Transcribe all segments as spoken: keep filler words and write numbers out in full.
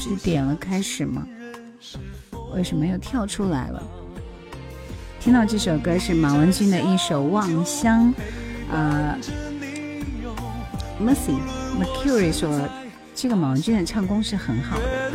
是点了开始吗？为什么又跳出来了？听到这首歌是马文君的一首《望乡》。呃 Mercy Mercury 说这个马文君的唱功是很好的。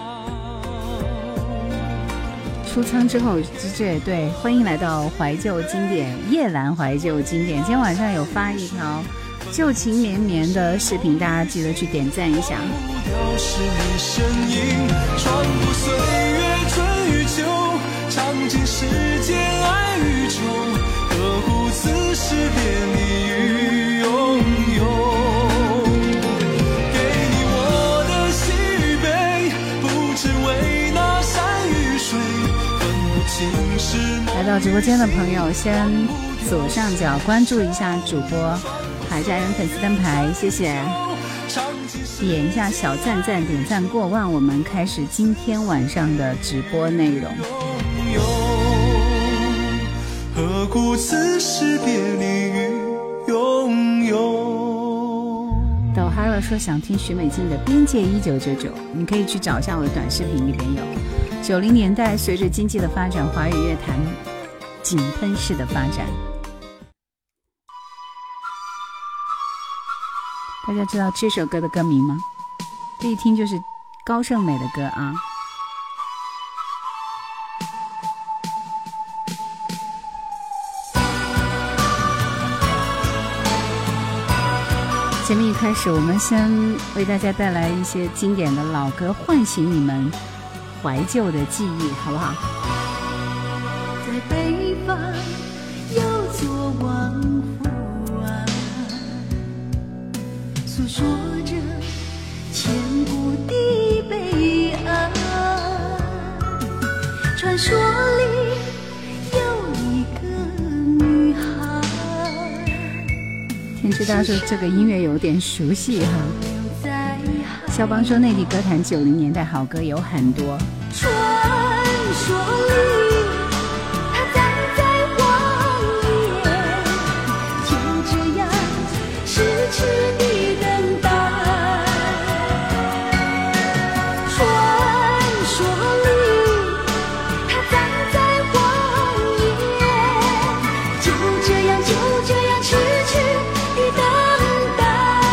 出仓之后这对，欢迎来到怀旧经典夜兰怀旧经典。今天晚上有发一条旧情绵绵的视频，大家记得去点赞一下。 是你身影穿过岁月春与秋，尝尽世间爱与愁，何故此时别你与拥有。给你我的喜与悲，不只为那山与水，分不清是梦。 来到直播间的朋友先左上角关注一下主播海家人粉丝灯牌，谢谢，点一下小赞赞，点赞过万，我们开始今天晚上的直播内容。 何故此时别你与拥有。 抖哈了说想听许美静的边界一九九九，你可以去找一下我的短视频，里边有九零年代随着经济的发展，华语乐坛井喷式的发展。大家知道这首歌的歌名吗？这一听就是高胜美的歌啊。节目一开始，我们先为大家带来一些经典的老歌，唤醒你们怀旧的记忆，好不好？ 在北方有座王府啊，诉说着千古的悲哀。传说里有一个女孩。 天之大说这个音乐有点熟悉哈。肖邦说内地歌坛九零年代好歌有很多。 传说里他站在荒野，就这样痴痴地等待。传说里他站在荒野，就这样就这样痴痴地等待。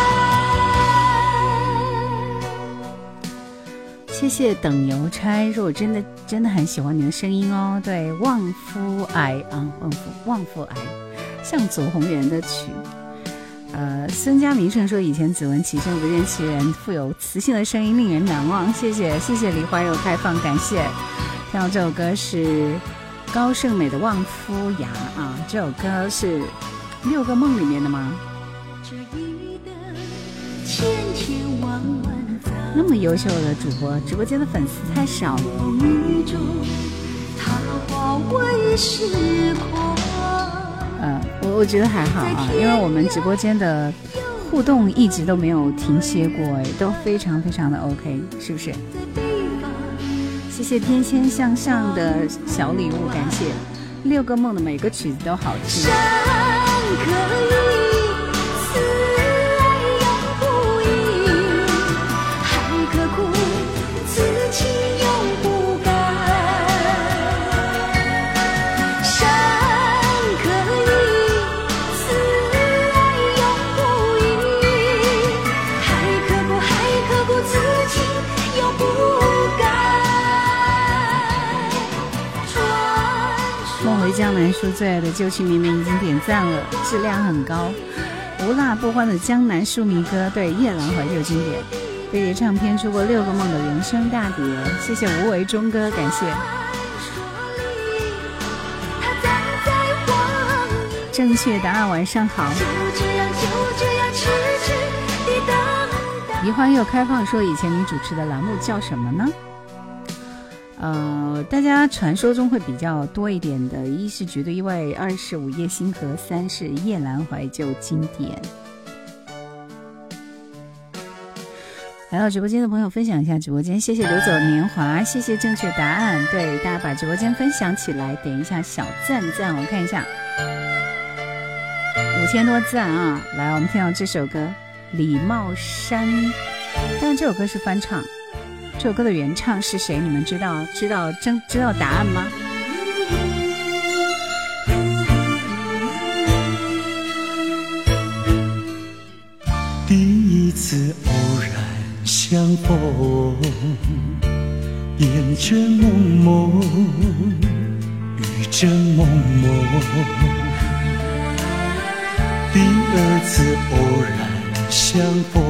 谢谢等邮差说我真的真的很喜欢你的声音哦。对，望夫哀啊，望夫望夫哀，向左宏元的曲。呃，孙家明胜说以前只闻其声不见其人，富有磁性的声音令人难忘。谢谢谢谢梨花肉开放，感谢。听到这首歌是高胜美的《望夫崖》啊，这首歌是六个梦里面的吗？ 这一的千千万万载， 那么优秀的主播，直播间的粉丝太少了。 雨中它化为时光。 呃，我我觉得还好啊，因为我们直播间的互动一直都没有停歇过，哎，都非常非常的 OK， 是不是？谢谢天仙向上的小礼物，感谢。六个梦的每个曲子都好听。 山可以死爱永不移，海可枯此情永不改。山可以死爱永不移，海可枯海可枯此情永不改。 梦回江南说最爱的旧情绵绵已经点赞了，质量很高。无辣不欢的江南树迷歌，对，夜郎怀旧经典。飞碟唱片出过六个梦的原声大碟，谢谢无为中哥，感谢。正确答案，晚上好。梨花又开放说以前你主持的栏目叫什么呢？呃，大家传说中会比较多一点的，一是绝对意外，二是午夜星河，三是夜兰怀旧经典。来到直播间的朋友分享一下直播间，谢谢流走年华，谢谢正确答案。对，大家把直播间分享起来，点一下小赞赞，我看一下五千多赞啊！来，我们听到这首歌李茂山，但这首歌是翻唱。 这首歌的原唱是谁？你们知道知道真知道答案吗？ 第一次偶然相逢，烟尘蒙蒙，雨阵蒙蒙。第二次偶然相逢，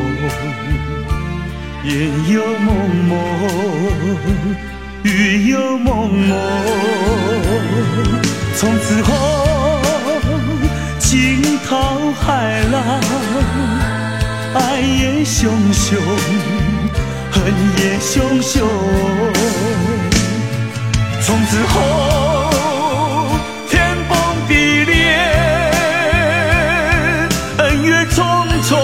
烟又蒙蒙，雨又蒙蒙。从此后惊涛骇浪，爱也汹汹，恨也汹汹。从此后天崩地裂，恩怨重重，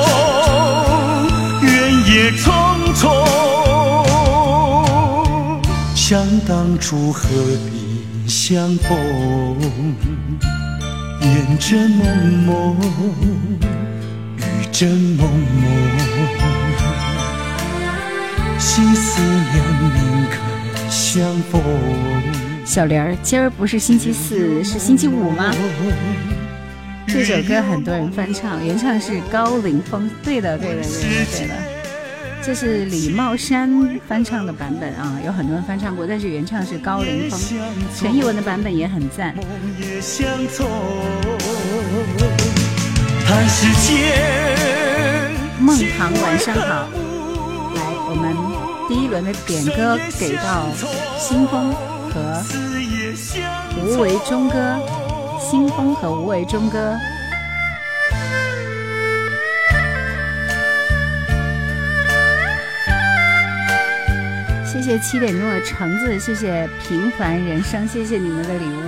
怨也重重。想当初何必相逢，烟阵蒙蒙，雨阵蒙蒙。心思念宁可相逢。 小玲儿，今儿不是星期四，是星期五吗？这首歌很多人翻唱，原唱是高凌风。对的，对的，对的，对的。这是李茂山翻唱的版本啊，有很多人翻唱过，但是原唱是高凌风。陈艺文的版本也很赞。孟棠晚上好，来，我们第一轮的点歌给到新风和无为中歌，新风和无为中歌。谢谢七点钟的橙子，谢谢平凡人生，谢谢你们的礼物。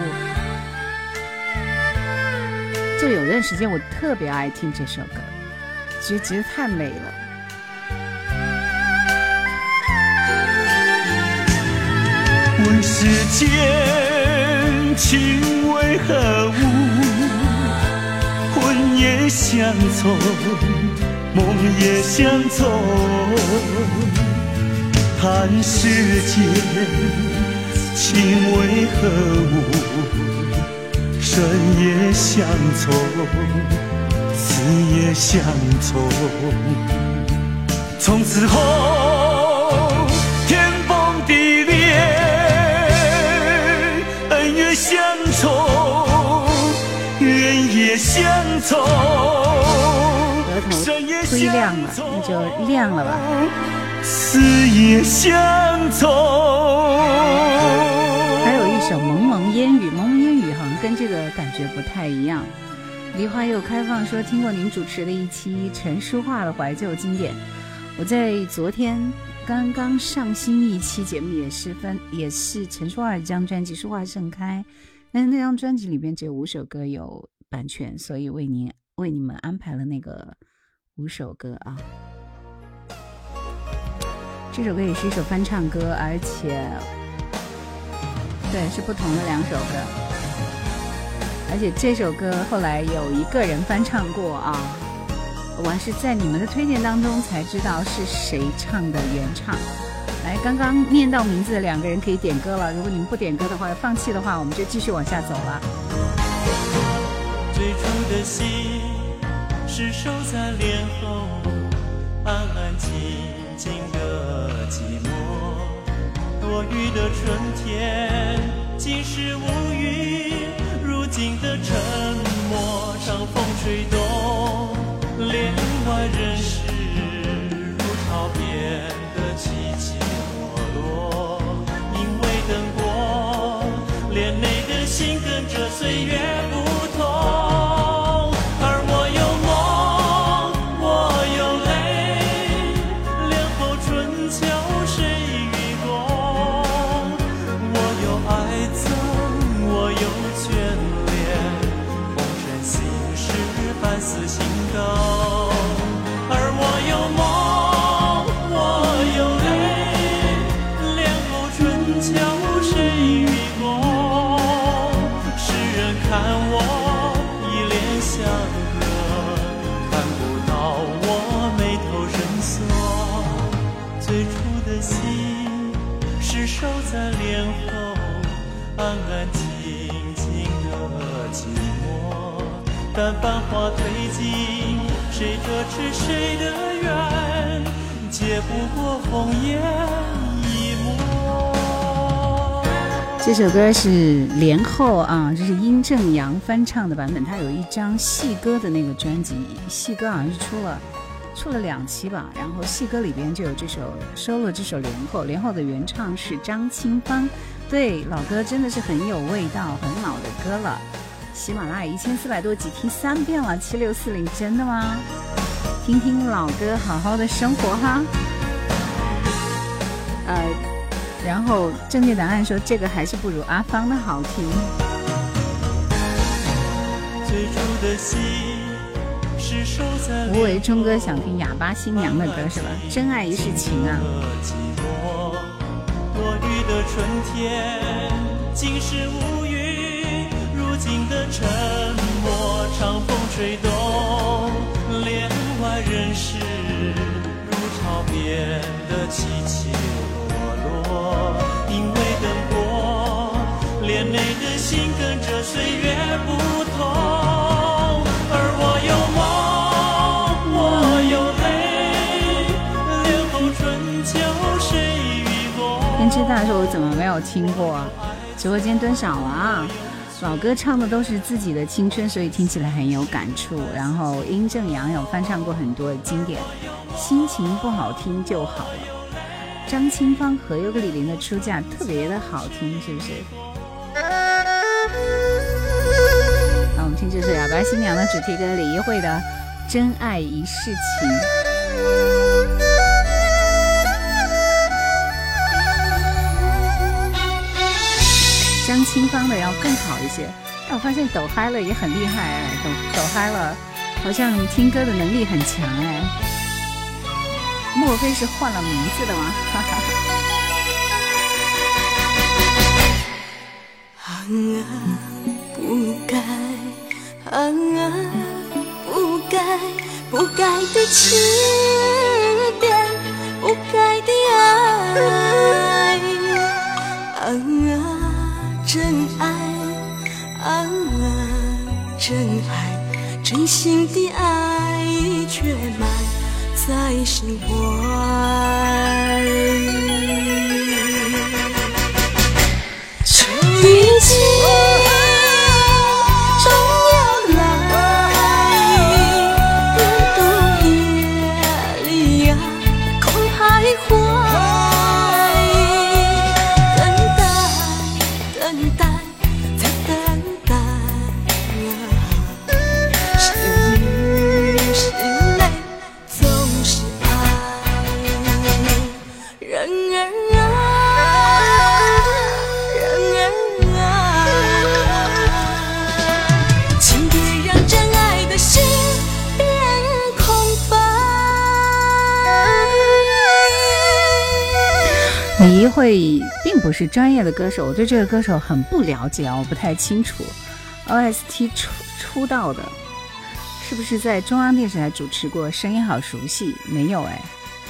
就有段时间我特别爱听这首歌，觉得觉得太美了。 问世间情为何物，魂也相从，梦也相从。看世间情为何物，生也相从，死也相从。从此后天崩地裂，恩怨相冲，怨也相从。 额头推亮了，那就亮了吧。 死也相从。 还有一首蒙蒙烟雨，蒙蒙烟雨好像跟这个感觉不太一样。梨花又开放说听过您主持的一期陈淑桦的怀旧经典，我在昨天刚刚上新一期节目，也是分也是陈淑桦一张专辑《淑桦盛开》，但是那张专辑里边只有五首歌有版权，所以为您为你们安排了那个五首歌啊。这首歌也是一首翻唱歌，而且对是不同的两首歌，而且这首歌后来有一个人翻唱过啊，我还是在你们的推荐当中才知道是谁唱的原唱。来，刚刚念到名字的两个人可以点歌了，如果你们不点歌的话，放弃的话，我们就继续往下走了。 最初的心是守在脸后，安安静静的寂寞，多余的春天竟是无语，如今的沉默让风吹动，帘外人世如潮变得起起落落，因为灯过，帘内的心跟着岁月不同。似心动，而我是守在帘后，安安静静的寂寞。但繁华褪尽，谁可知谁的缘，结不过烽烟一抹。 这首歌是帘后啊，这是殷正阳翻唱的版本。他有一张细歌的那个专辑，细歌好像是出了出了两期吧，然后细歌里边就有这首收录这首帘后。帘后的原唱是张清芳，对，老歌真的是很有味道，很老的歌了。喜马拉雅一千四百多集听三遍了，七六四零，真的吗？听听老歌，好好的生活哈。呃，然后正确答案说这个还是不如阿芳的好听。 最初的心是守在无为忠哥想听哑巴新娘的歌是吧？真爱一世情啊。 多雨的春天竟是无语，如今的沉默长风吹动，帘外人世如潮变得起起落落。因为灯火，帘内的心跟着岁月不同，而我有梦，我有泪，帘后春秋谁与共。 天之大说我怎么没有听过？直播间蹲少了啊！老歌唱的都是自己的青春，所以听起来很有感触。然后殷正阳有翻唱过很多的经典，心情不好听就好了。张清芳和尤克里里的出嫁特别的好听，是不是？那我们听这是哑巴新娘的主题歌，李一慧的《真爱一世情》。张清芳的要更好一些，但我发现抖嗨了也很厉害哎，抖抖嗨了，好像听歌的能力很强哎。莫非是换了名字的吗？哈哈哈。 啊不该，啊不该，不该的情变，不该的爱，啊真爱，啊真爱，真心的爱却埋在心怀。这一切终要来，人独夜里呀空徘徊，等待等待再等待，是雨是泪总是爱，人儿啊李一慧并不是专业的歌手，我对这个歌手很不了解啊，我不太清楚。O S T 出出道的，是不是在中央电视台主持过？声音好熟悉，没有哎。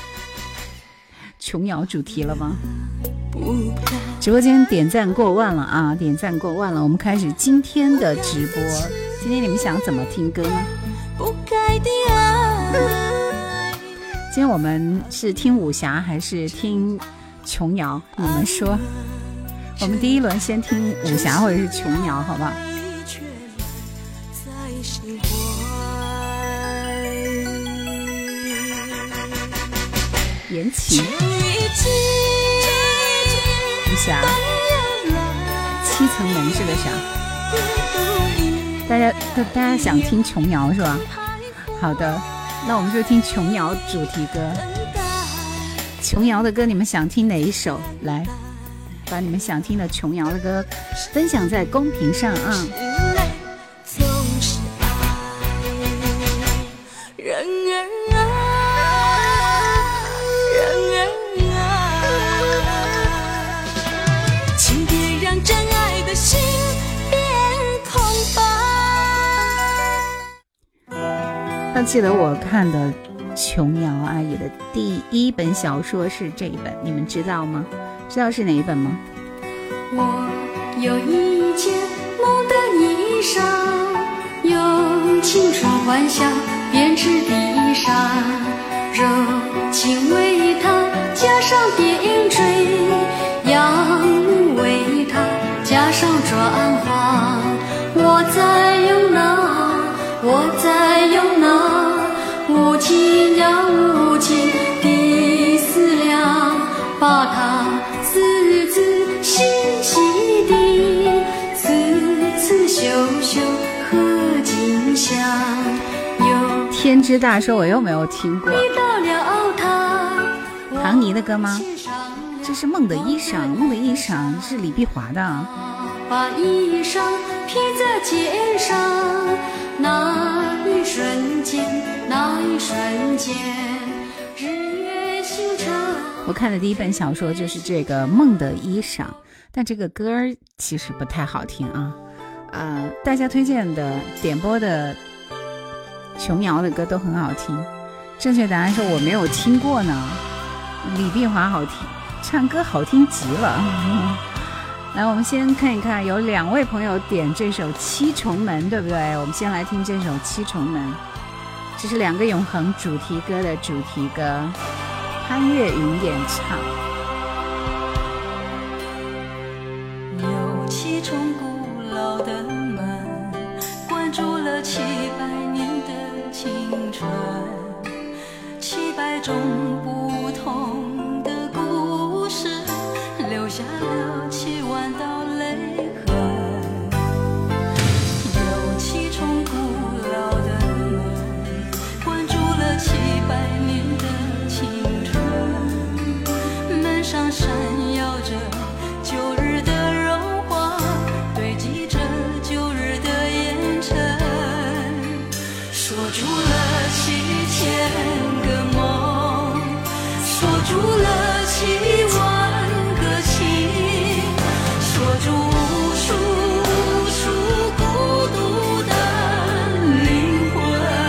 琼瑶主题了吗？直播间点赞过万了啊！点赞过万了，我们开始今天的直播。今天你们想怎么听歌呢？不该的爱。今天我们是听武侠还是听琼瑶？你们说。我们第一轮先听武侠或者是琼瑶，好不好？言情武侠七层门是个啥？大家大家想听琼瑶是吧？好的，那我们就听琼瑶主题歌。琼瑶的歌你们想听哪一首？来，把你们想听的琼瑶的歌分享在公屏上啊！他记得我看的琼瑶阿姨的第一本小说是这一本，你们知道吗？ 知道是哪一本吗？ 我有一件梦的衣裳，有青春幻想编织地上，柔情为它加上点缀，阳光为它加上转化。我在用那，我在用那无尽呀无尽的思量，把它字字细细地，字字修修和景象。有天之大说我又没有听过， 到了它， 唐尼的歌吗？这是梦的衣裳，梦的衣裳是李碧华的。 把衣裳披在肩上，那一瞬间，那一瞬间，日月星辰。 我看的第一本小说就是这个《梦的衣裳》，但这个歌其实不太好听啊。呃，大家推荐的、点播的琼瑶的歌都很好听。正确答案是我没有听过呢。李碧华好听，唱歌好听极了。来，我们先看一看，有两位朋友点这首《七重门》，对不对？我们先来听这首《七重门》，这是两个永恒主题歌的主题歌，潘越云演唱。 有七重古老的门，关住了七百年的青春，七百种不同的故事，留下了七万道泪痕。有七重古老的门，关住了七百年的青春，门上闪耀着旧日的荣华，堆积着旧日的烟尘，锁住了七千个梦，锁住了七万个情，锁住无数无数孤独的灵魂。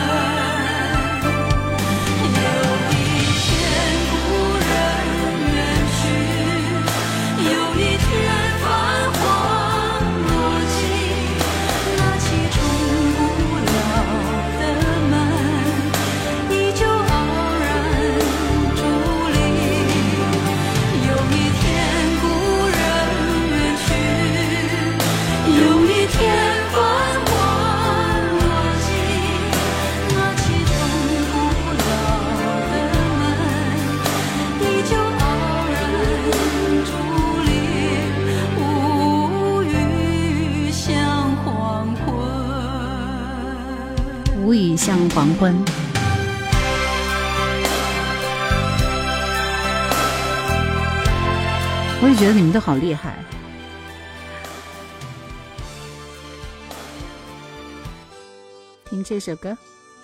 有一天故人远去，有一天繁华落尽，那七重古老的门依旧傲然伫立。有一天故人远去，有一天繁华落尽，那七重古老的门依旧傲然伫立，无语像黄昏。 无语像黄昏。我也觉得你们都好厉害。听这首歌，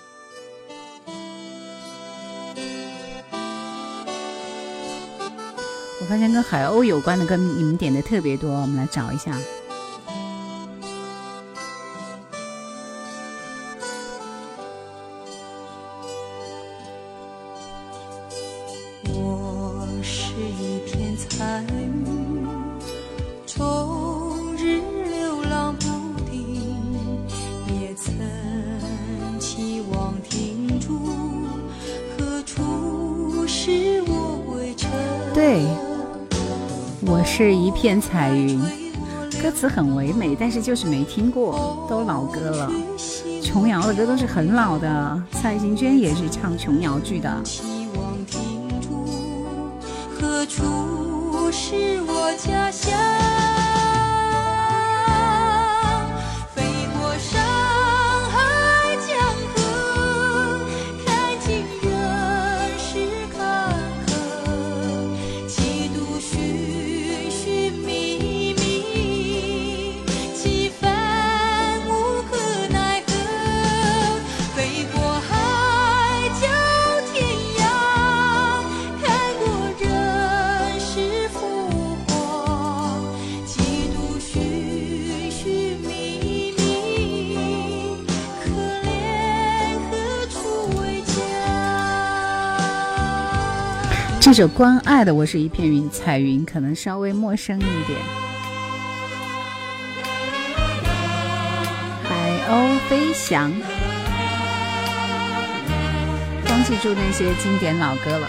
我发现跟海鸥有关的歌你们点的特别多，我们来找一下。 我是一片彩云，终日流浪不定，也曾期望停住，何处是我归程。 对，我是一片彩云，歌词很唯美，但是就是没听过，都老歌了。琼瑶的歌都是很老的，蔡幸娟也是唱琼瑶剧的。 何处是我家乡？飞过山海江河，看尽人世坎坷，几度寻寻觅觅，几番无可奈何。飞过海角天涯，看过人世浮华， 这首关爱的我是一片云，彩云可能稍微陌生一点。海鸥飞翔，光记住那些经典老歌了。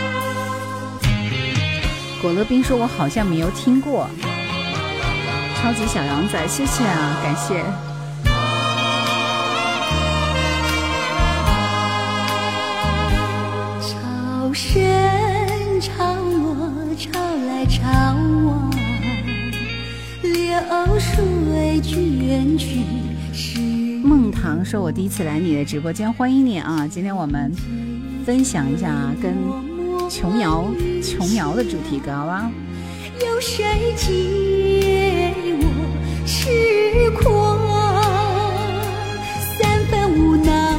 果乐冰说我好像没有听过。超级小羊仔，谢谢啊，感谢。 潮声潮落，潮来潮往，流水卷曲。 梦堂说我第一次来你的直播间，欢迎你啊！今天我们分享一下跟琼瑶琼瑶的主题歌，好吧？ 有谁解我痴狂？三分无奈，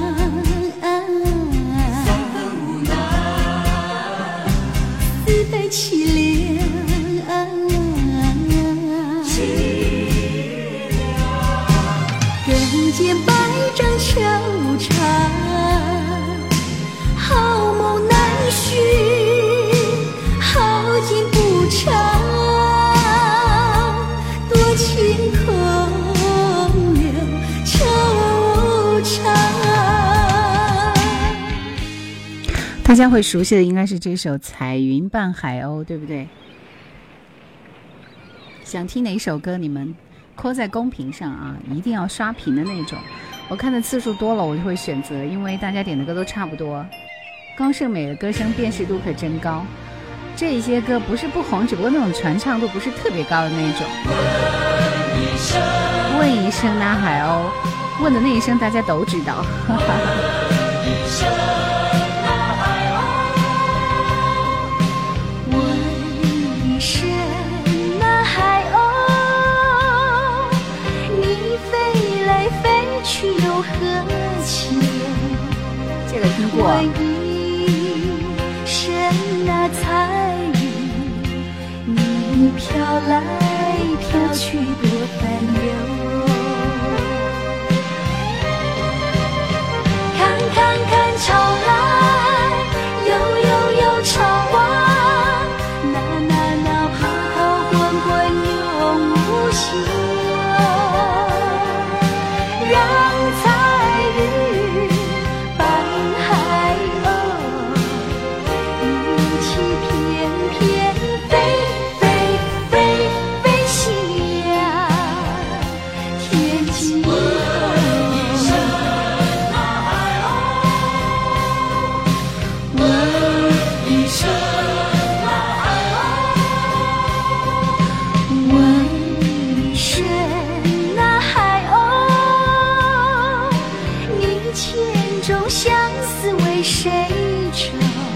三分无奈，四分凄凉，凄凉。人间百丈惆怅，好梦难续，好景不长。情空留惆怅。 大家会熟悉的应该是这首《彩云伴海鸥》，对不对？想听哪首歌，你们扣在公屏上啊，一定要刷屏的那种。我看的次数多了，我就会选择，因为大家点的歌都差不多。高胜美的歌声辨识度可真高，这些歌不是不红，只不过那种传唱度不是特别高的那种。问一声那海鸥，问的那一声大家都知道。 问一声那海鸥，你飞来飞去又何情？ 这个听过。 问一声那彩云，你飘来飘去多烦忧。看看看潮来，悠悠悠潮往，那那那波涛滚滚永无休。让彩云伴海鸥，一起翩翩飞飞飞飞向天际头。谁愁？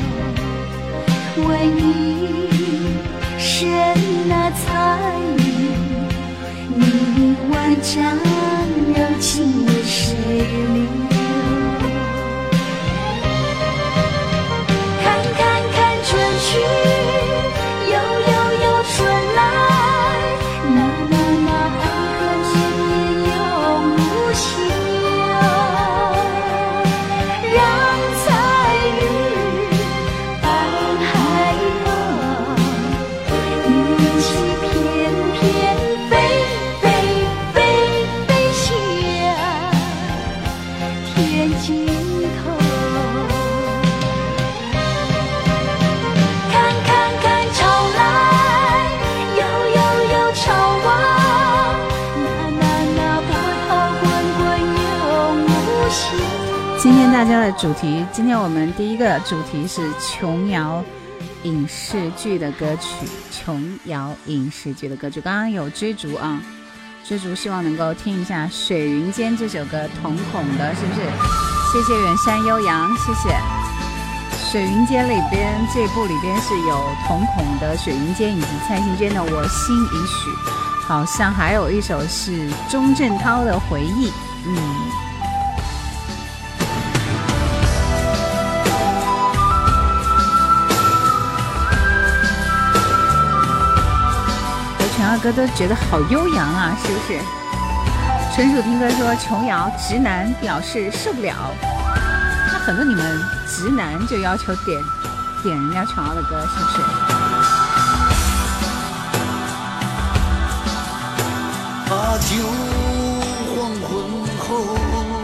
问一声那彩云，你万丈柔情为谁留？看看看春去，悠悠悠春来，那那那爱恨绵绵永无休。 今天大家的主题，今天我们第一个主题是琼瑶影视剧的歌曲，琼瑶影视剧的歌曲。刚刚有追逐啊，追逐，希望能够听一下《水云间》这首歌，瞳孔的，是不是？谢谢远山悠扬，谢谢。《水云间》里边这部里边是有瞳孔的《水云间》以及蔡幸娟的《我心已许》，好像还有一首是钟镇涛的《回忆》，嗯。二哥都觉得好悠扬啊，是不是？纯属听歌说琼瑶直男表示受不了，那很多你们直男就要求点点人家琼瑶的歌，是不是？ 把酒黄昏后，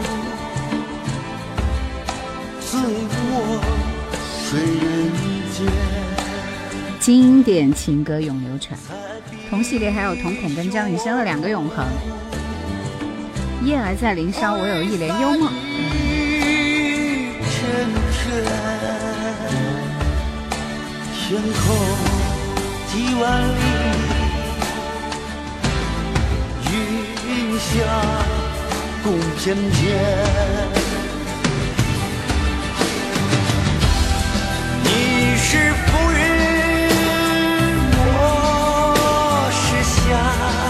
赠我水人间。 经典情歌永流传，同系列还有瞳孔跟张雨生的两个永恒。夜来在林梢，我有一帘幽梦。 缱绻，天空几万里，云下共翩翩。你是浮云，我是霞，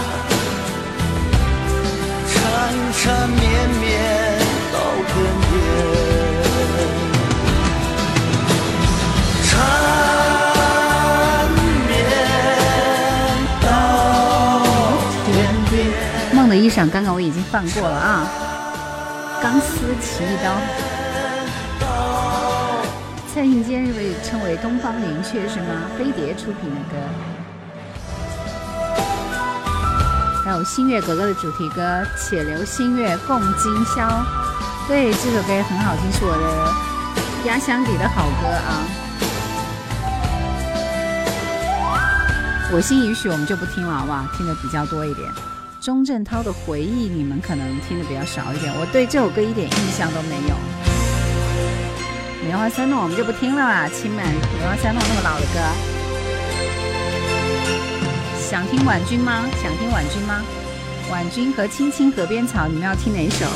缠缠绵绵到天边，缠绵到天边。 梦的衣裳刚刚我已经放过了啊，钢丝起一刀。蔡幸坚是被称为东方灵雀是吗？飞碟出品的歌，还有星月格格的主题歌《且留星月共今宵》，对，这首歌也很好听，是我的压箱底的好歌啊。我心已许我们就不听了好不好？听的比较多一点。钟镇涛的回忆你们可能听的比较少一点，我对这首歌一点印象都没有。棉花三弄我们就不听了啦，亲们，棉花三弄那么老的歌，想听婉君吗？想听婉君吗？婉君和青青河边草，你们要听哪一首？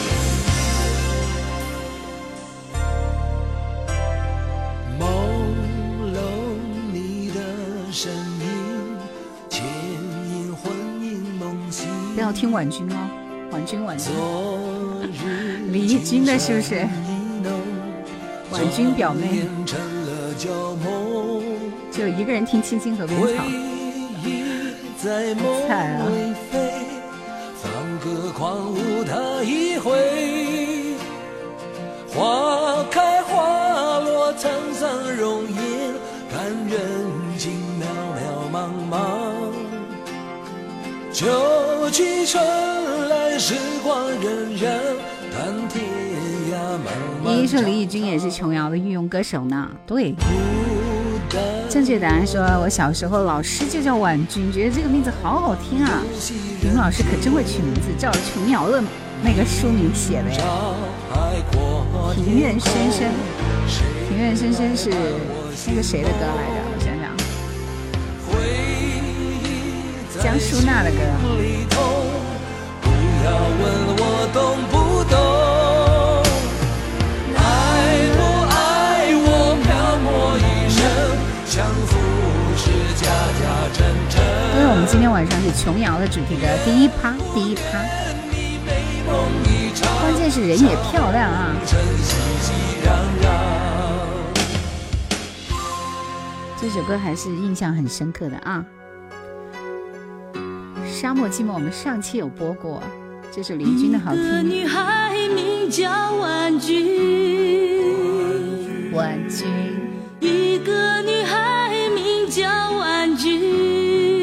朦胧你的身影，牵引魂萦梦醒。 不要听婉君哦，婉君婉君，李翊君的是不是？婉君表妹，就一个人听《青青河边草》，菜啊！ 放歌狂舞它一回，花开花落沧桑容颜，看人情渺渺茫茫。秋去春来时光荏苒，谈天涯茫茫。 你说李翊君也是琼瑶的御用歌手呢？对。正确答案说，我小时候老师就叫婉君，觉得这个名字好好听啊。你们老师可真会取名字，照着琼瑶的那个书名写的呀。庭院深深，庭院深深是那个谁的歌来着？我想想，江淑娜的歌。 不要问我懂不懂，爱不爱我漂泊一生，相扶是家家真真。 因为我们今天晚上是琼瑶的主题歌第一趴，第一趴。关键是人也漂亮啊！这首歌还是印象很深刻的啊。沙漠寂寞我们上期有播过，这首李翊君的好听。 一个女孩名叫婉君， 婉君， 一个女孩名叫婉君。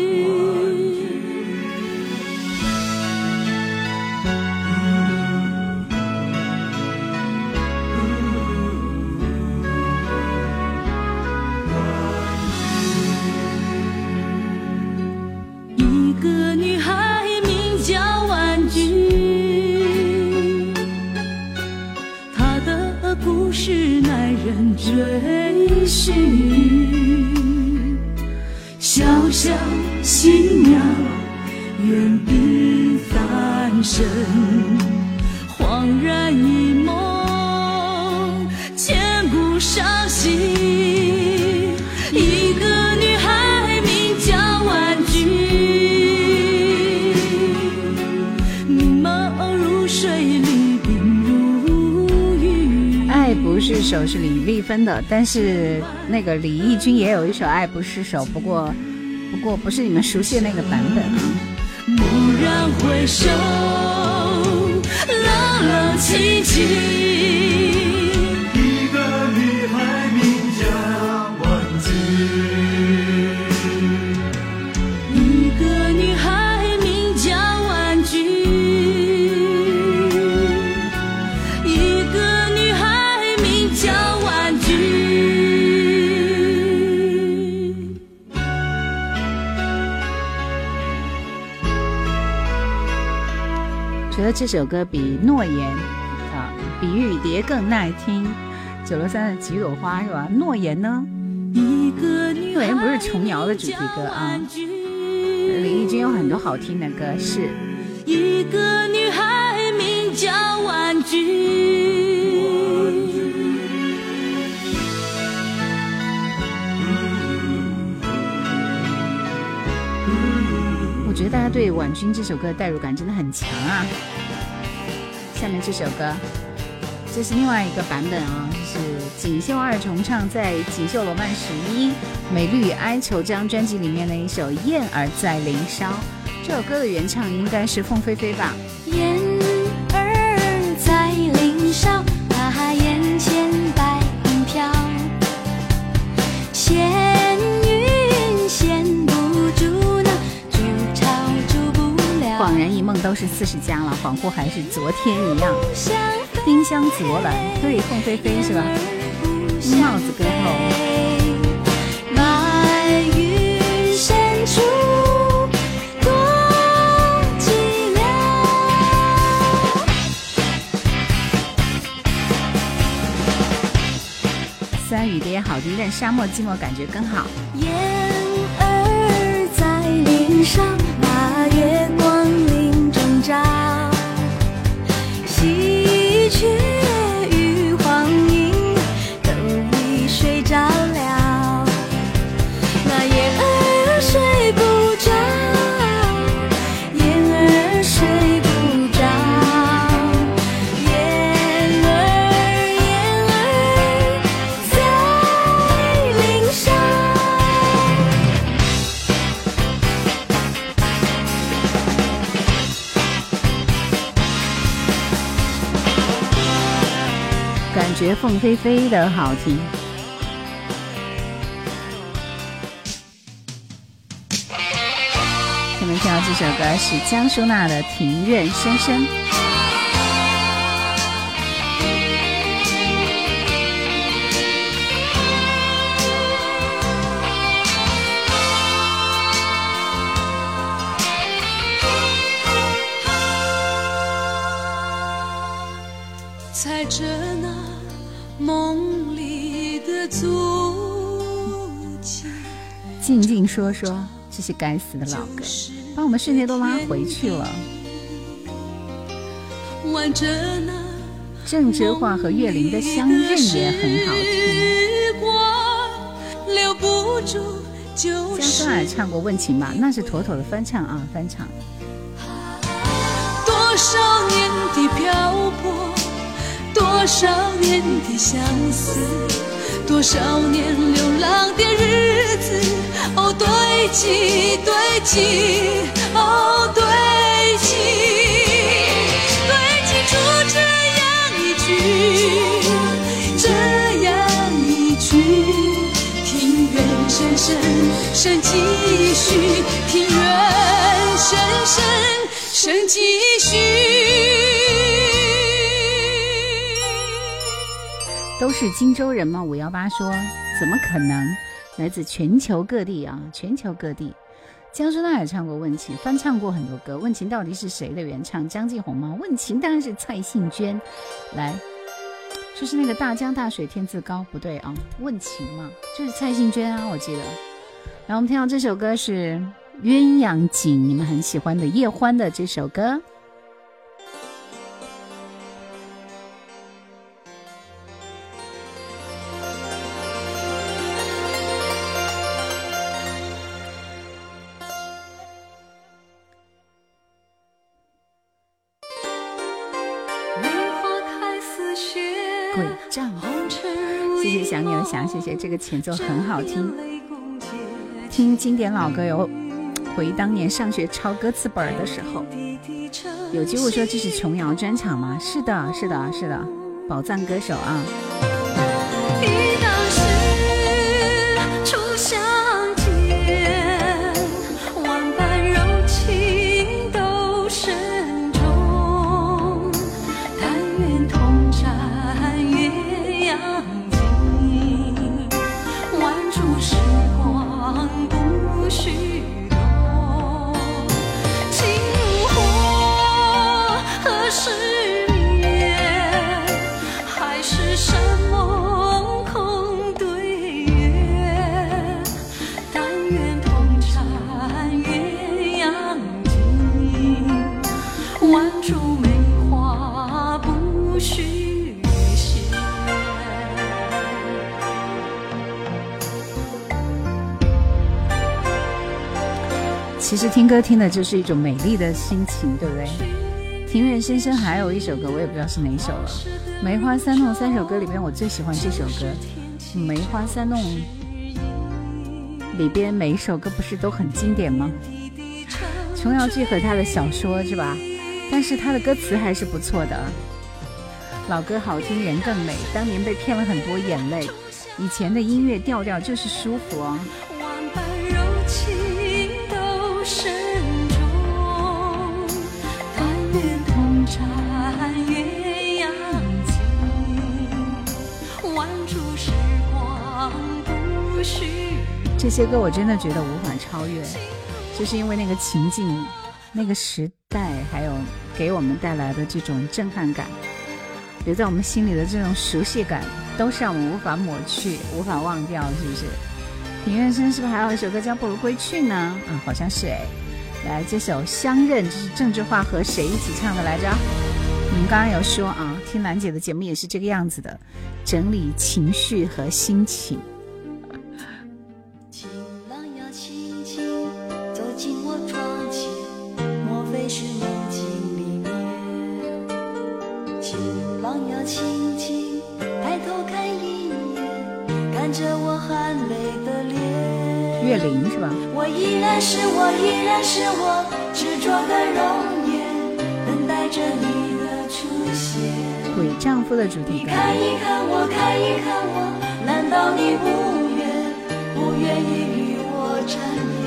一个女孩名叫婉君，她的故事耐人追寻，小小新娘远避翻身，恍然一梦，千古伤心。一个女孩名叫婉君，明眸如水，离冰如雨。 爱不释手是李丽芬的，但是那个李翊君也有一首爱不释手，不过不过不是你们熟悉的那个版本啊。 蓦然回首，冷冷清清， 一个女孩名叫觉得这首歌比诺言啊，比雨蝶更耐听。九六三的几朵花是吧？诺言呢？诺言不是琼瑶的主题歌啊。李翊君有很多好听的歌，是一个女孩名叫玩具。 我觉得大家对婉君这首歌的代入感真的很强啊。下面这首歌这是另外一个版本啊，是锦绣二重唱在《锦绣罗曼史一美丽与哀愁》这张专辑里面的一首《燕儿在林梢》。这首歌的原唱应该是凤飞飞吧？ 燕儿在林梢，她眼前白云飘，闲云闲不住呢，筑巢筑不了。 恍然一梦都是四十加了，恍惚还是昨天一样。丁香左揽，对，凤飞飞是吧？帽子歌后。 白云深处多寂寥。 虽然雨的也好听，但沙漠寂寞感觉更好。 燕儿在林上，把月光林中照。喜鹊与黄莺都已睡着了，那燕儿睡不着，燕儿睡不着，燕儿燕儿在林上。 感觉凤飞飞的好听。下面听到这首歌是江淑娜的《庭院深深》。 踩着那梦里的足迹， 静静说说，这些该死的老歌把我们瞬间都拉回去了。 挽着那郑智化和岳林的相认也很好听。 留不住就江疏也唱过《问情》吧，那是妥妥的翻唱啊，翻唱。 多少年的漂泊，多少年的相思，多少年流浪的日子，哦堆积堆积，哦堆积堆积出这样一句，这样一句，庭院深深深几许，庭院深深深几许。 都是荆州人吗？五幺八说怎么可能，来自全球各地啊，全球各地。江疏娜也唱过《问情》，翻唱过很多歌。《问情》到底是谁的原唱？张继红吗？《问情》当然是蔡幸娟。来，就是那个大江大水天自高，不对啊，《问情》嘛，就是蔡幸娟啊，我记得。然后我们听到这首歌是鸳鸯锦，你们很喜欢的叶欢的这首歌。鬼杖，谢谢小牛侠，谢谢这个前奏很好听。听经典老歌有回忆当年上学抄歌词本的时候。有机会说这是琼瑶专场吗？是的，是的，是的，宝藏歌手啊。 初相见，万般柔情都深重，但愿同沾鸳鸯锦，挽住时光不许动，情火和其实听歌听的就是一种美丽的心情，对不对？庭院深深还有一首歌，我也不知道是哪一首了。梅花三弄三首歌里边，我最喜欢这首歌。梅花三弄里边每一首歌不是都很经典吗？琼瑶剧和他的小说是吧？但是他的歌词还是不错的。老歌好听人更美，当年被骗了很多眼泪。以前的音乐调调就是舒服哦。 万般柔情都深重，但愿同沾鸳鸯情，挽住时光不许。 这些歌我真的觉得无法超越，就是因为那个情境、那个时代，还有给我们带来的这种震撼感，留在我们心里的这种熟悉感，都是让我们无法抹去、无法忘掉，是不是？庭院深是不是还有一首歌叫《不如归去》呢？啊，好像是哎。来，这首《相认》这是郑智化和谁一起唱的来着？你们刚刚有说啊，听兰姐的节目也是这个样子的，整理情绪和心情。 情郎呀，轻轻走进我窗前，莫非是梦境里面？情郎呀，轻轻抬头看一眼，看着我含泪的脸。 岳林是吧？ 我依然是我，依然是我，执着的容颜，等待着你的出现。 鬼丈夫的主题歌。 你看一看我，看一看我，难道你不愿不愿意与我缠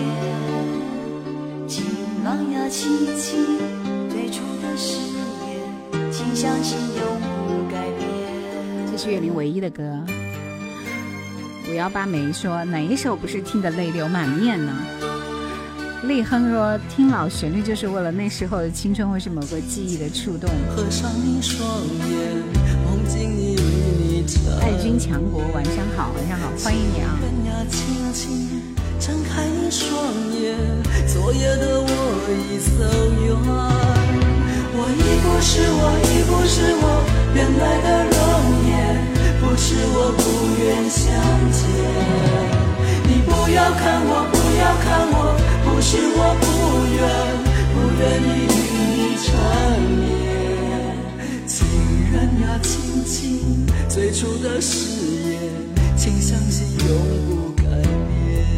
绵？情郎呀，轻轻最初的誓言，请相信永不改变。 这是岳林唯一的歌。五幺八梅说哪一首不是听得泪流满面呢？立亨说听老旋律就是为了那时候的青春或是某个记忆的触动。 合上你双眼，梦境你与你缠。 爱君强国晚上好，晚上好，欢迎你啊！ 轻轻睁开你双眼，昨夜的我已走远。我已不是我，已不是我原来的容颜。不是我不愿相见，你不要看我，不要看我，不是我不愿，不愿意与你缠绵。情人呀，轻轻最初的誓言，请相信永不改变。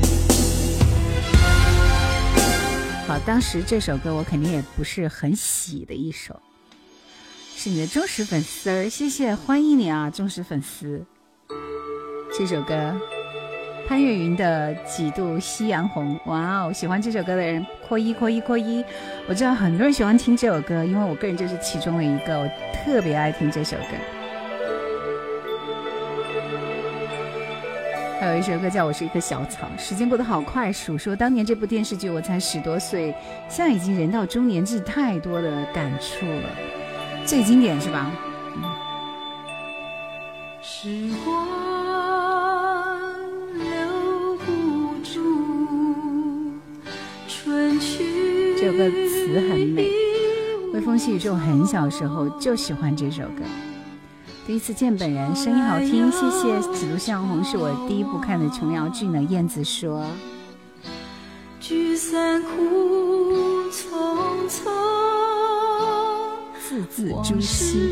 好，当时这首歌我肯定也不是很喜的一首。是你的忠实粉丝儿，谢谢，欢迎你啊，忠实粉丝。这首歌潘越云的几度夕阳红，哇哦，喜欢这首歌的人扩一扩一扩一。我知道很多人喜欢听这首歌，因为我个人就是其中的一个，我特别爱听这首歌。还有一首歌叫《我是一棵小草》。时间过得好快，数说当年这部电视剧我才十多岁，现在已经人到中年，这太多的感触了。最经典是吧？嗯、 时光留不住春去。 这首歌词很美，微风细雨中很小时候就喜欢这首歌。第一次见本人，声音好听，谢谢。几度夕阳红是我第一部看的琼瑶剧呢。燕子说： 聚散苦匆匆。 字字珠玑，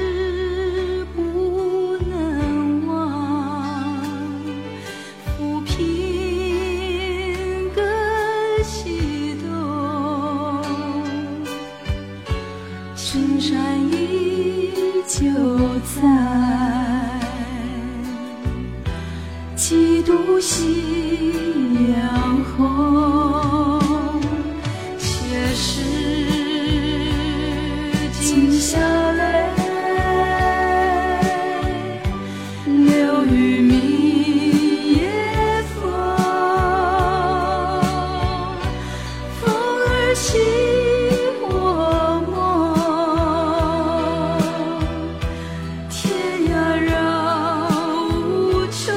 不能忘，抚平更西东，青山依旧在，几度夕阳红，却是静下来，流于明夜风，风儿起我梦，天涯绕无穷，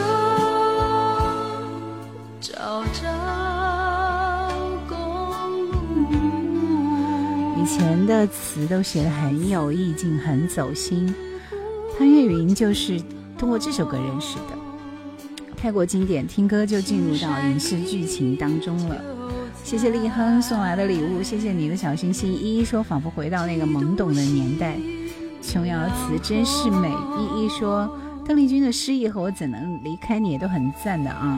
朝朝共舞。 以前的词都写得很有意境，很走心。潘越云就是通过这首歌认识的，太过经典，听歌就进入到影视剧情当中了。 谢谢立亨送来的礼物，谢谢你的小心心。依依说仿佛回到那个懵懂的年代，琼瑶词真是美。依依说邓丽君的诗意和我怎能离开你也都很赞的啊。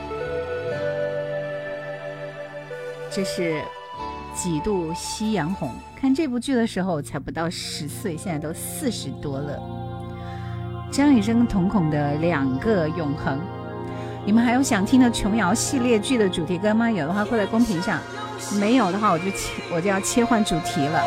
这是几度夕阳红，看这部剧的时候才不到十岁，现在都四十多了。张雨生瞳孔的两个永恒。你们还有想听的琼瑶系列剧的主题歌吗？有的话扣在公屏上，没有的话我就切我就要切换主题了。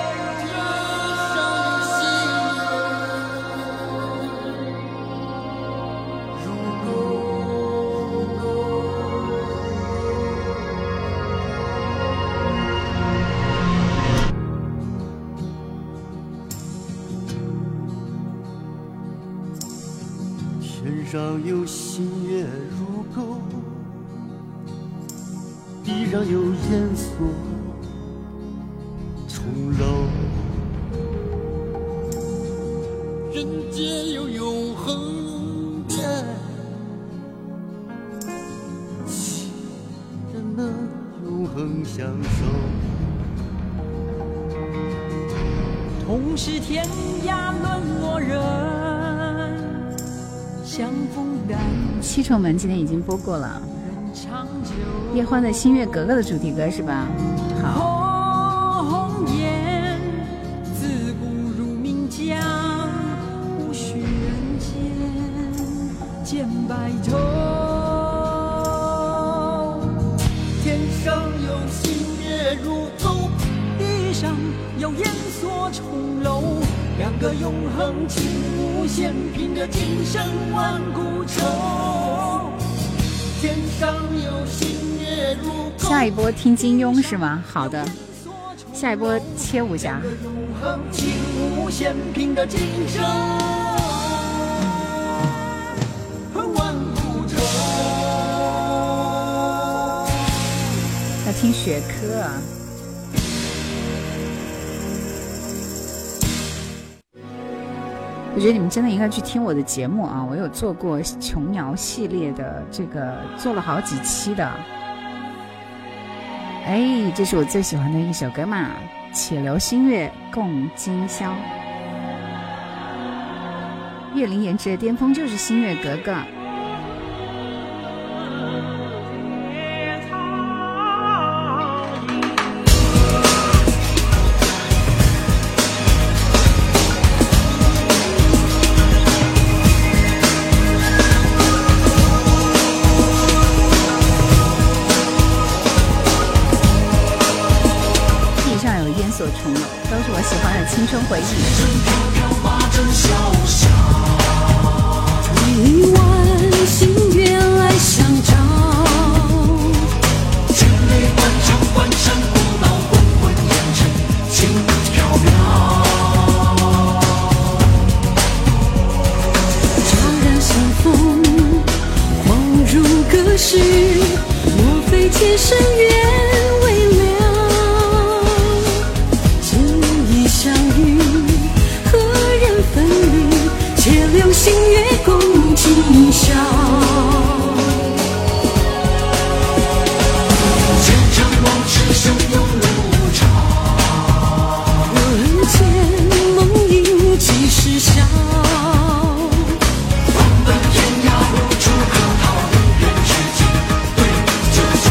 天上有新月如钩，地上有烟锁重楼，人间有永恒的情人能永恒相守， 同是天涯沦落人，相逢难七重门今天已经播过了， 长久。 叶欢的新月格格的主题歌是吧？好。 红颜自古如名将，无需人间见白头。 天上有新月如钩， 地上有烟锁重楼，两个永恒情无限，凭着今生万古愁。 天上有新月如钩。 下一波听金庸是吗？好的，下一波切武侠。 永恒情无限，凭着今生万古愁。 要听学科啊。我觉得你们真的应该去听我的节目啊！我有做过琼瑶系列的，这个做了好几期的。哎，这是我最喜欢的一首歌嘛，《且留新月共今宵》。岳灵颜值的巅峰就是新月格格。所重楼都是我喜欢的青春回忆。 一弯新月来相照， 千里万丈万山古道，滚滚烟尘轻飘渺。 悄然相逢，恍如隔世，莫非前生缘未了？相遇，何人分离？且留新月共今宵。 前尘往事汹涌如潮， 人间梦萦几时消？ 我们天涯无处可逃，永远知己对酒浇。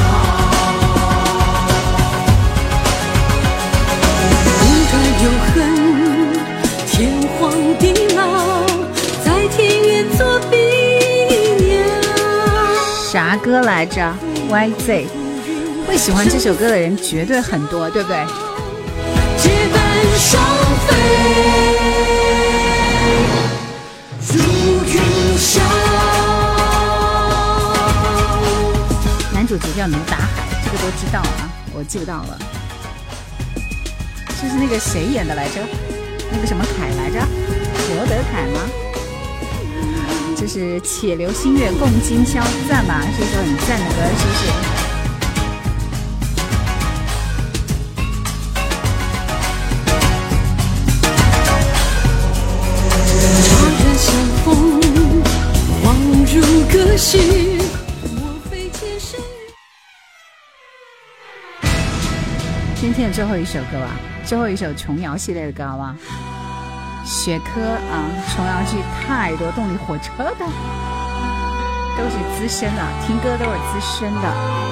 有恨，天荒地老，在天愿作比鸟。 啥歌来着 ？Y Z 会喜欢这首歌的人绝对很多，对不对？ 结伴双飞，如云霄。 男主角叫卢达海，这个都知道啊，我记不到了。这是那个谁演的来着？那个什么凯来着？罗德凯吗？这是且留新月共今宵，赞吧？是一首很赞的歌，是不是？ 悄然相逢，恍如隔世，莫非前生。 今天的最后一首歌吧，最后一首琼瑶系列的歌好吧。雪珂啊，琼瑶剧太多，动力火车的都是资深的，听歌都是资深的。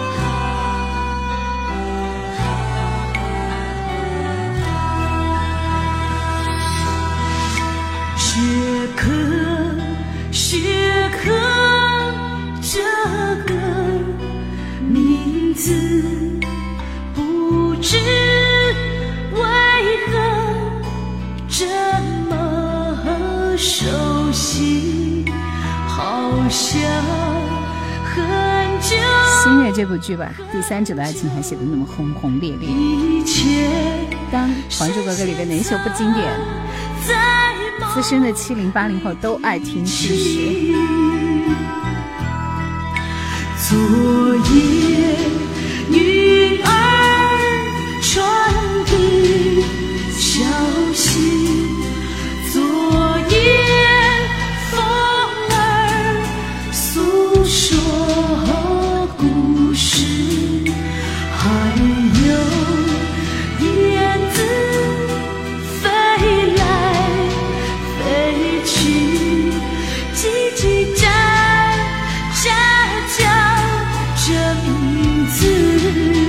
雪珂，雪珂，这个名字不知为何这么熟悉，好像很久。 新月这部剧吧，第三者的爱情还写得那么轰轰烈烈。当《还珠格格》里的哪一首不经典？资深的七零八零后都爱听知识。 昨夜女儿传的消息，昨夜风儿诉说故事，还有燕子飞来飞去，叽叽喳喳叫着名字。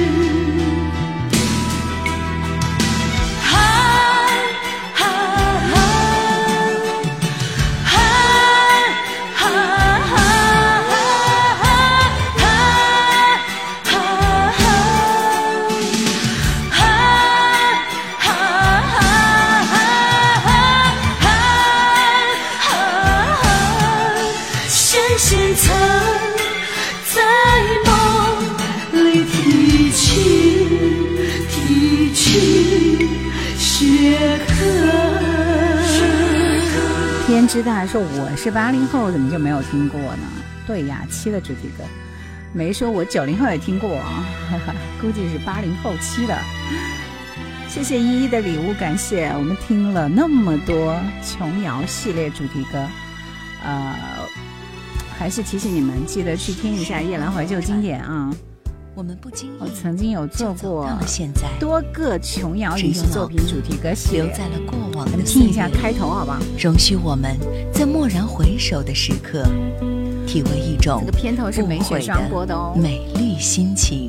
天之大说我是八零后，怎么就没有听过呢？对呀，七的主题歌没说我九零后也听过啊，估计是八零后期的。谢谢依依的礼物，感谢我们听了那么多琼瑶系列主题歌，呃，还是提醒你们记得去听一下夜兰怀旧经典啊。 我们不经意， 我曾经有做过现在多个琼瑶影视作品主题歌系列， 留在了过往的听一下开头好吧。 容许我们在蓦然回首的时刻，体会一种这个片头是美雪双播的哦， 美丽心情。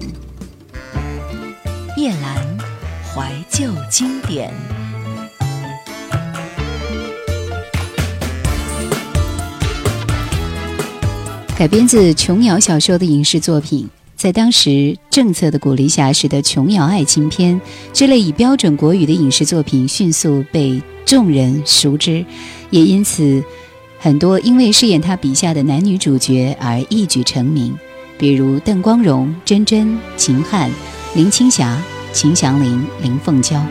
夜兰怀旧经典。 改编自琼瑶小说的影视作品，在当时政策的鼓励下，使得琼瑶爱情片这类以标准国语的影视作品迅速被众人熟知，也因此很多因为饰演他笔下的男女主角而一举成名，比如邓光荣、珍珍、秦汉、林青霞、秦祥林、林凤娇。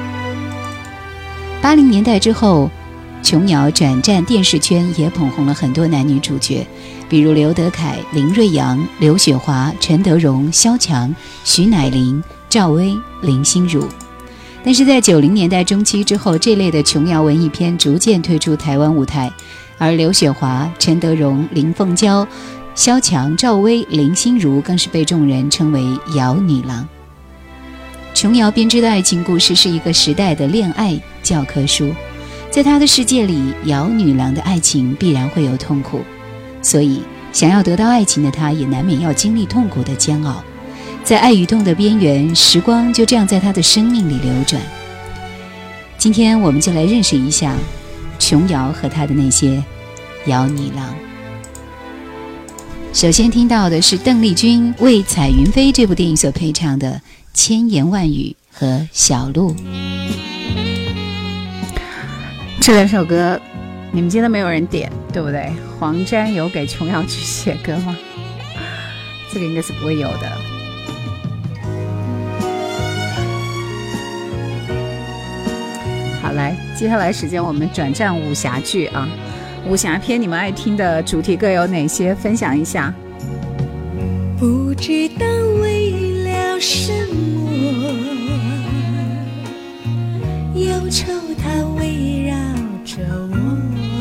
八零年代之后，琼瑶转战电视圈，也捧红了很多男女主角，比如刘德凯、林瑞阳、刘雪华、陈德容、萧蔷、徐乃麟、赵薇、林心如。但是在九零年代中期之后，这类的琼瑶文艺片逐渐退出台湾舞台，而刘雪华、陈德容、林凤娇、萧蔷、赵薇、林心如更是被众人称为瑶女郎。琼瑶编织的爱情故事是一个时代的恋爱教科书，在她的世界里，瑶女郎的爱情必然会有痛苦，所以想要得到爱情的她也难免要经历痛苦的煎熬。在爱与痛的边缘，时光就这样在她的生命里流转。今天我们就来认识一下琼瑶和她的那些瑶女郎。首先听到的是邓丽君为《彩云飞》这部电影所配唱的《千言万语》和《小鹿》。这两首歌你们今天没有人点，对不对？黄沾有给琼瑶去写歌吗？这个应该是不会有的。好，来，接下来时间我们转战武侠剧啊。武侠片你们爱听的主题歌有哪些？分享一下。 不知道为了什么，忧愁它围绕着我，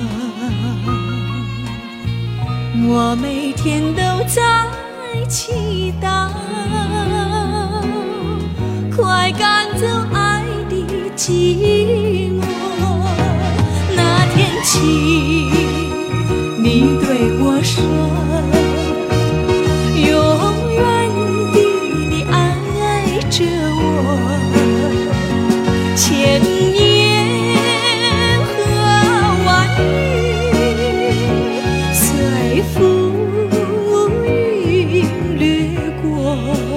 我每天都在祈祷，快快赶走爱的寂寞。那天起，你对我说，永远地你爱着我，千言和万语随浮云掠过，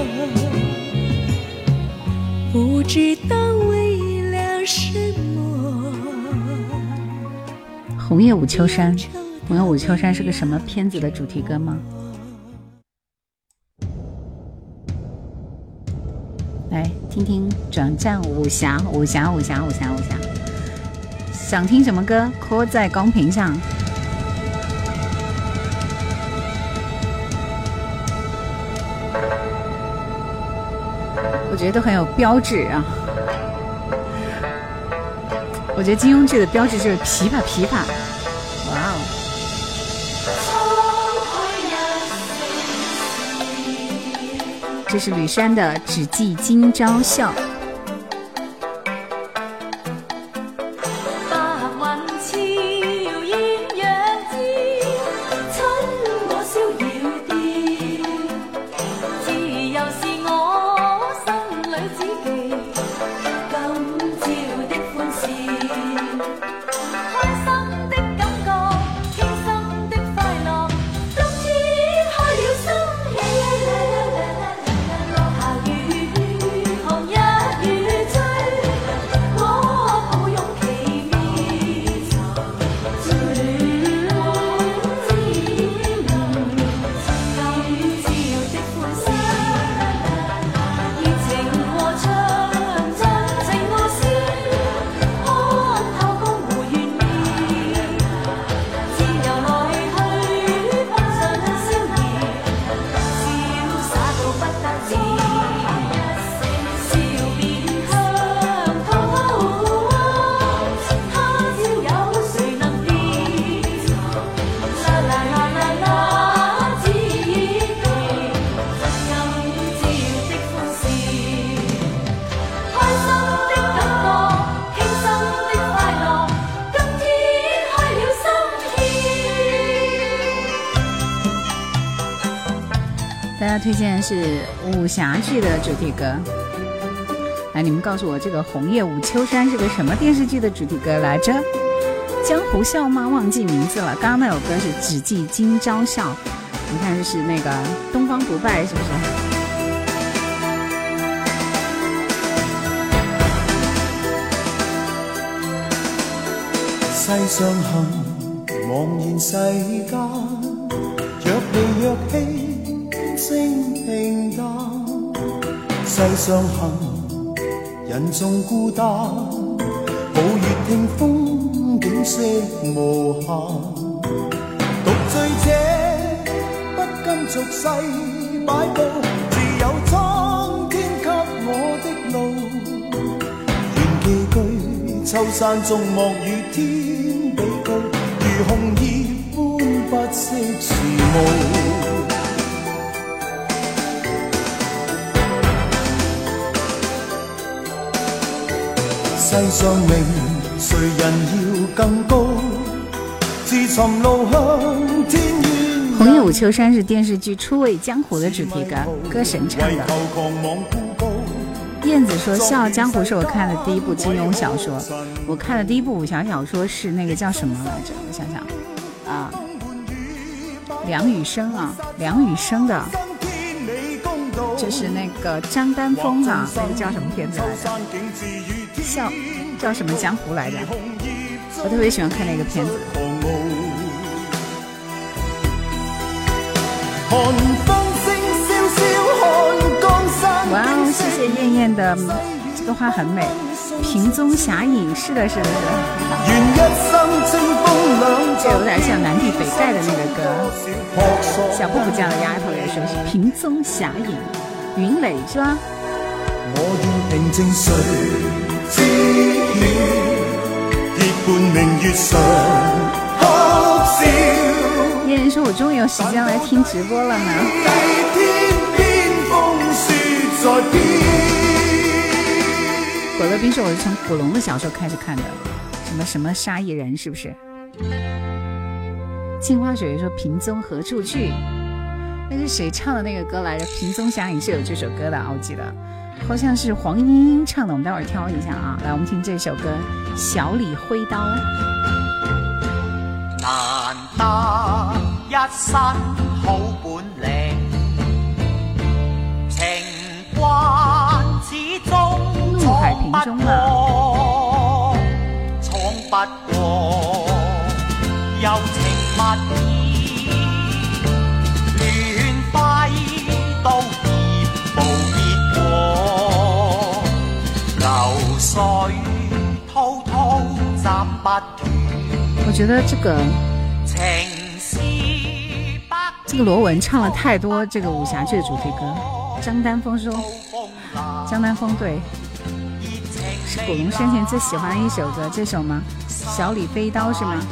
不知道为了什么。 红叶舞秋山，红叶舞秋山是个什么片子的主题歌吗？来听听转战武侠，武侠，武侠，武侠，武侠。想听什么歌？扣在公屏上。我觉得都很有标志啊。我觉得金庸剧的标志就是琵琶，琵琶。哇哦！这是吕珊的《只记今朝笑》。推荐的是武侠剧的主题歌。来，你们告诉我，这个《红叶舞秋山》是个什么电视剧的主题歌来着？江湖笑吗？忘记名字了。刚刚那首歌是《只记今朝笑》，你看是那个东方不败，是不是？ 世上行，茫然世間，若離若棄。聲平淡，世上行，人縱孤單，抱月聽風景色無限。獨醉者不甘俗世擺佈，自有蒼天給我的路。願寄居秋山中，莫與天比高，如紅葉般不識時務。世上名，誰人要更高？自尋路向天遠。 紅葉舞秋山是電視劇《初為江湖》的主題歌，歌神唱的。燕子說《笑傲江湖》是我看的第一部金庸小說，我看的第一部武俠小說是那個叫什麼來着？我想想啊，梁羽生啊，梁羽生的。就是那个张丹峰哈、啊，那个叫什麼片子來着？笑叫什麼江湖來着？我特別喜歡看那個片子。哇哦，謝謝燕燕的這個花很美。萍蹤俠影，是的，是的，是的。這有點像南帝北丐的那個歌。小布布這樣的丫頭也說是萍蹤俠影。雲雷抓， 我願平靜誰知曉，結伴明月上哭笑。 燕人說我終於有時間來聽直播了呢。 天邊風雪在飄， 鬼乐冰是我是从古龙的小说开始看的，什么什么杀一人是不是？镜花水月说平踪何处去，那是谁唱的那个歌来着？平踪侠影是有这首歌的，我记得好像是黄莺莺唱的，我们待会儿挑一下啊。来，我们听这首歌《小李挥刀》。 難得一身好本領，情關始終怒海平中啊， 闖不過柔情蜜意，亂揮刀劍無結果，流水滔滔斬不斷。 我覺得這個這個羅文唱了太多這個武俠劇的主題歌。張丹峰說，張丹峰對，是古龍生前最喜歡的一首歌，這首嗎？小李飛刀是嗎？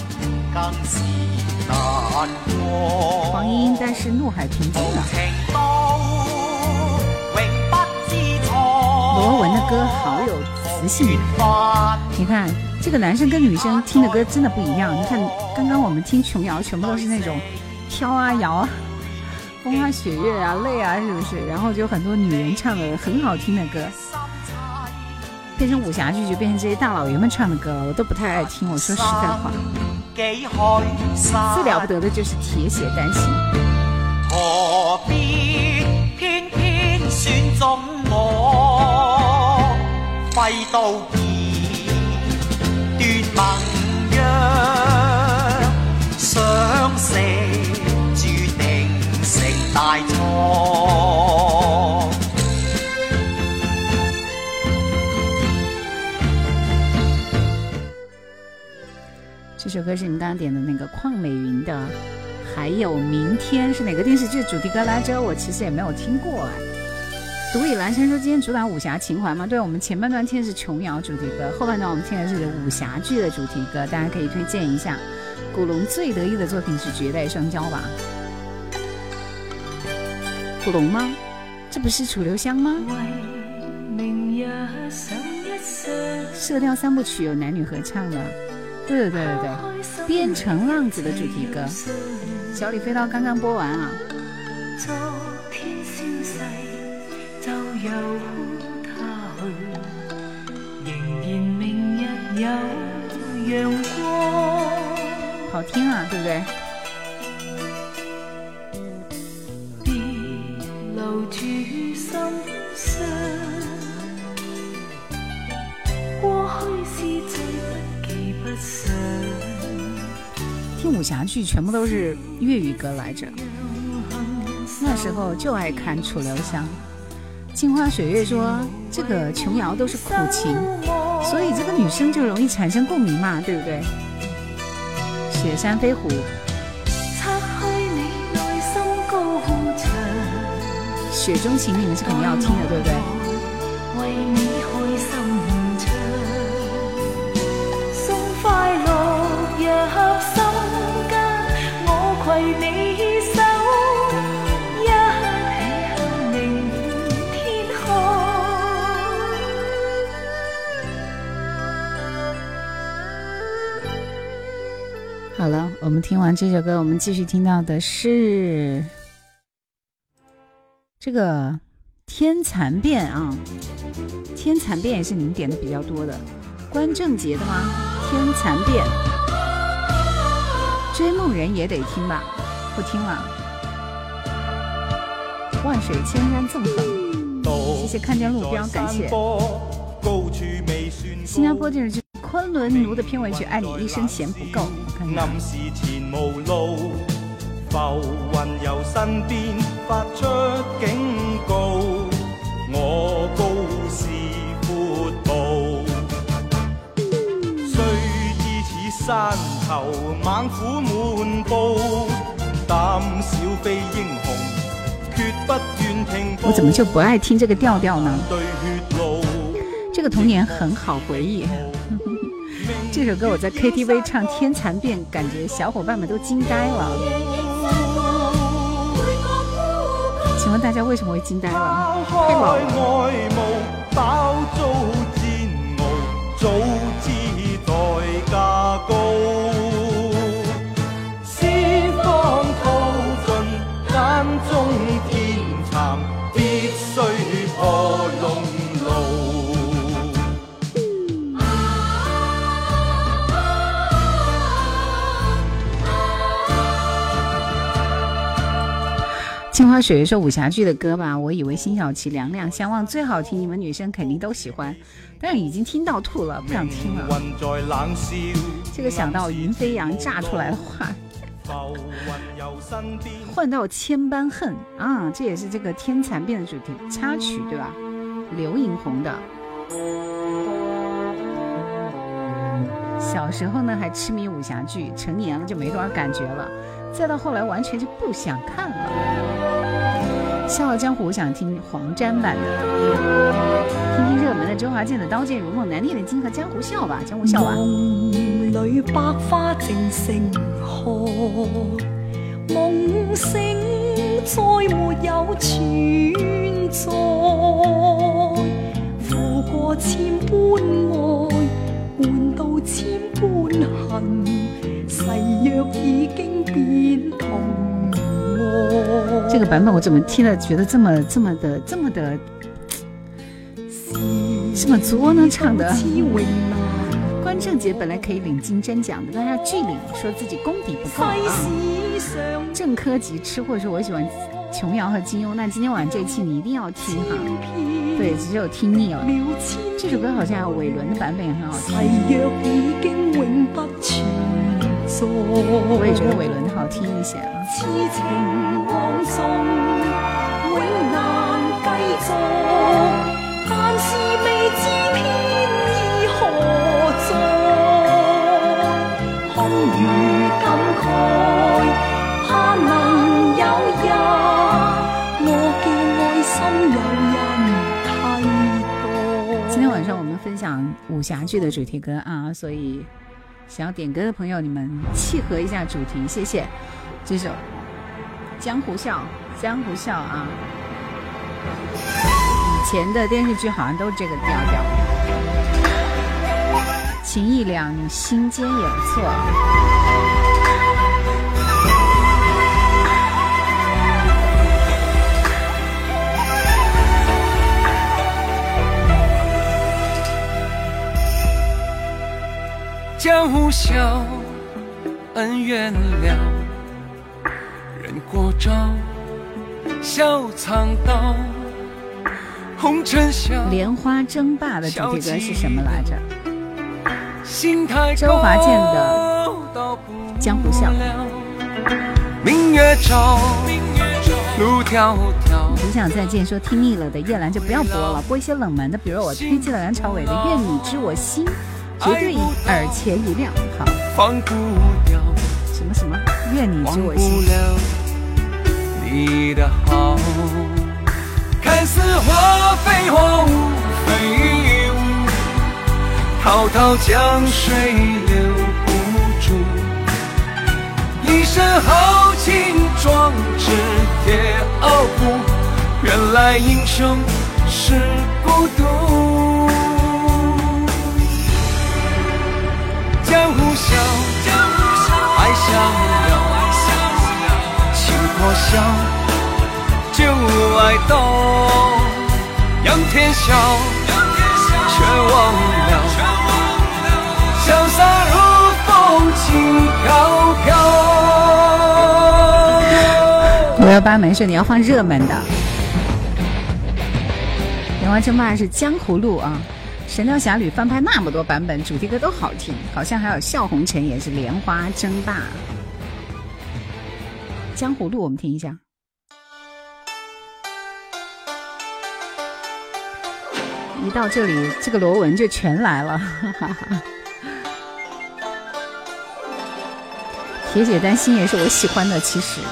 黃鶯鶯但是怒海平中的。羅文的歌好有磁性，你看這個男生跟女生聽的歌真的不一樣。你看剛剛我們聽瓊瑤全部都是那種飄啊搖啊風花雪月啊淚啊，是不是？然後就很多女人唱的很好聽的歌，變成武俠劇就變成這些大老爺們唱的歌了，我都不太愛聽，我說實在話。最了不得的就是鐵血丹心， 何必偏偏選中我揮刀劍斷盟約，相識注定成大錯。 這首歌是你們剛剛點的那個鄺美雲的還有明天，是哪個電視劇主題歌來着？我其實也沒有聽過哎。獨倚闌珊說今天主打武俠情懷嗎？對，我們前半段聽的是瓊瑤主題歌，後半段我們聽的是武俠劇的主題歌，大家可以推薦一下。古龍最得意的作品是絕代雙驕吧？古龍嗎？這不是楚留香嗎？射雕三部曲有男女合唱的，對對對對對，邊城浪子的主題歌。小李飛刀剛剛播完啊。 昨天消逝就由他去，仍然明日有陽光。 好聽啊，對不對？ 別留住心傷，過去是最不記不想。 聽武俠劇全部都是粵語歌來着，那時候就愛看楚留香。鏡花水月說這個瓊瑤都是苦情，所以這個女生就容易產生共鳴嘛，對不對？雪山飛狐，雪中情你們是肯定要聽的，對不對？為你開心唱，送快樂入心間，我攜你手，一起向明天看。好了，我們聽完這首歌，我們繼續聽到的是這個天蠶變啊，天蠶變也是你們點的比較多的，關正傑的嗎？天蠶變，追夢人也得聽吧，不聽了。萬水千山縱橫，謝謝看見路標，感謝。新加坡電視劇《昆崙奴》的片尾曲《愛你一生嫌不夠》，我看看。 浮雲由身邊發出警告，我高是闊步，雖依似山頭猛虎滿布，膽小非英雄，決不願停步。 我怎麼就不愛聽這個調調呢？這個童年很好回憶。這首歌我在 K T V 唱《天蠶變》，感覺小伙伴們都驚呆了。請問大家為什麼會驚呆了？太老了。 镜花水月说武侠剧的歌吧，我以为辛晓琪、梁亮、相望最好听，你们女生肯定都喜欢，但是已经听到吐了，不想听了。这个想到云飞扬炸出来的话，换到千般恨啊，这也是这个天蚕变的主题插曲对吧？刘颖红的。小时候呢还痴迷武侠剧，成年了就没多少感觉了，再到后来完全就不想看了。笑傲江湖想听黄沾版的，听听热门的周华健的《刀剑如梦》，难念的经和江湖笑吧，江湖笑吧。 夢裏百花正盛開，夢醒再沒有存在，負過千般愛，換到千般恨，誓約已經變童話。 這個版本我怎麼聽了覺得這麼這麼的這麼的這麼作呢？唱的關正傑本來可以領金針獎的，但是劇領說自己功底不夠啊。鄭科吉吃貨說我喜歡瓊瑤和金庸，那今天晚上這一期你一定要聽哈。對，只有聽膩了。這首歌好像有韋倫的版本也很好聽。我也覺得韋倫的好聽一些啊。痴情往縱永難繼續，但是未知偏意何在，空餘感慨，盼能有日我嘅愛心有人替代。今天晚上我們分享武俠劇的主題歌啊，所以想要點歌的朋友，你們契合一下主題，謝謝。這首《江湖笑》，江湖笑啊，以前的電視劇好像都是這個調調。情義兩心間有錯。 江湖笑，恩怨了，人过招，笑藏刀，红尘笑。 莲花争霸的主题歌是什么来着？ 周华健的《江湖笑》。 明月照，路迢迢。 只想再见说听腻了的叶兰就不要播了，播一些冷门的，比如我推荐了梁朝伟的《愿你知我心》。绝对耳前一亮，好。 放不掉， 什么什么？愿你知我心。 忘不了你的好，看似花非花，雾非雾，滔滔江水留不住。一身豪情壮志铁傲骨，原来英雄是孤独。江湖笑，爱逍遥，情破晓，旧爱斗，仰天笑，却忘了潇洒如风轻飘飘。 我要八门说你要放热门的，莲花争霸是江湖路啊。神雕侠侣翻拍那么多版本，主题歌都好听，好像还有笑红尘也是莲花争霸。江湖路我们听一下。一到这里这个罗文就全来了。铁血丹心也是我喜欢的，其实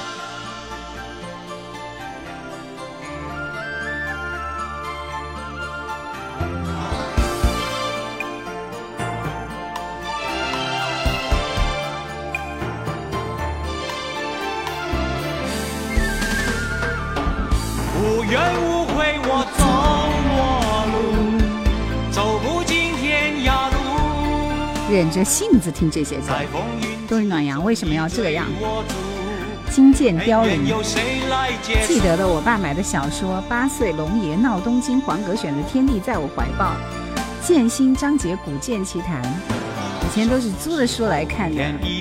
忍着性子听这些歌，都是暖阳，为什么要这样？金剑凋零，记得的我爸买的小说，八岁龙爷闹东京，黄格选的天地在我怀抱，剑心张杰古剑奇谭， 以前都是租的书来看的。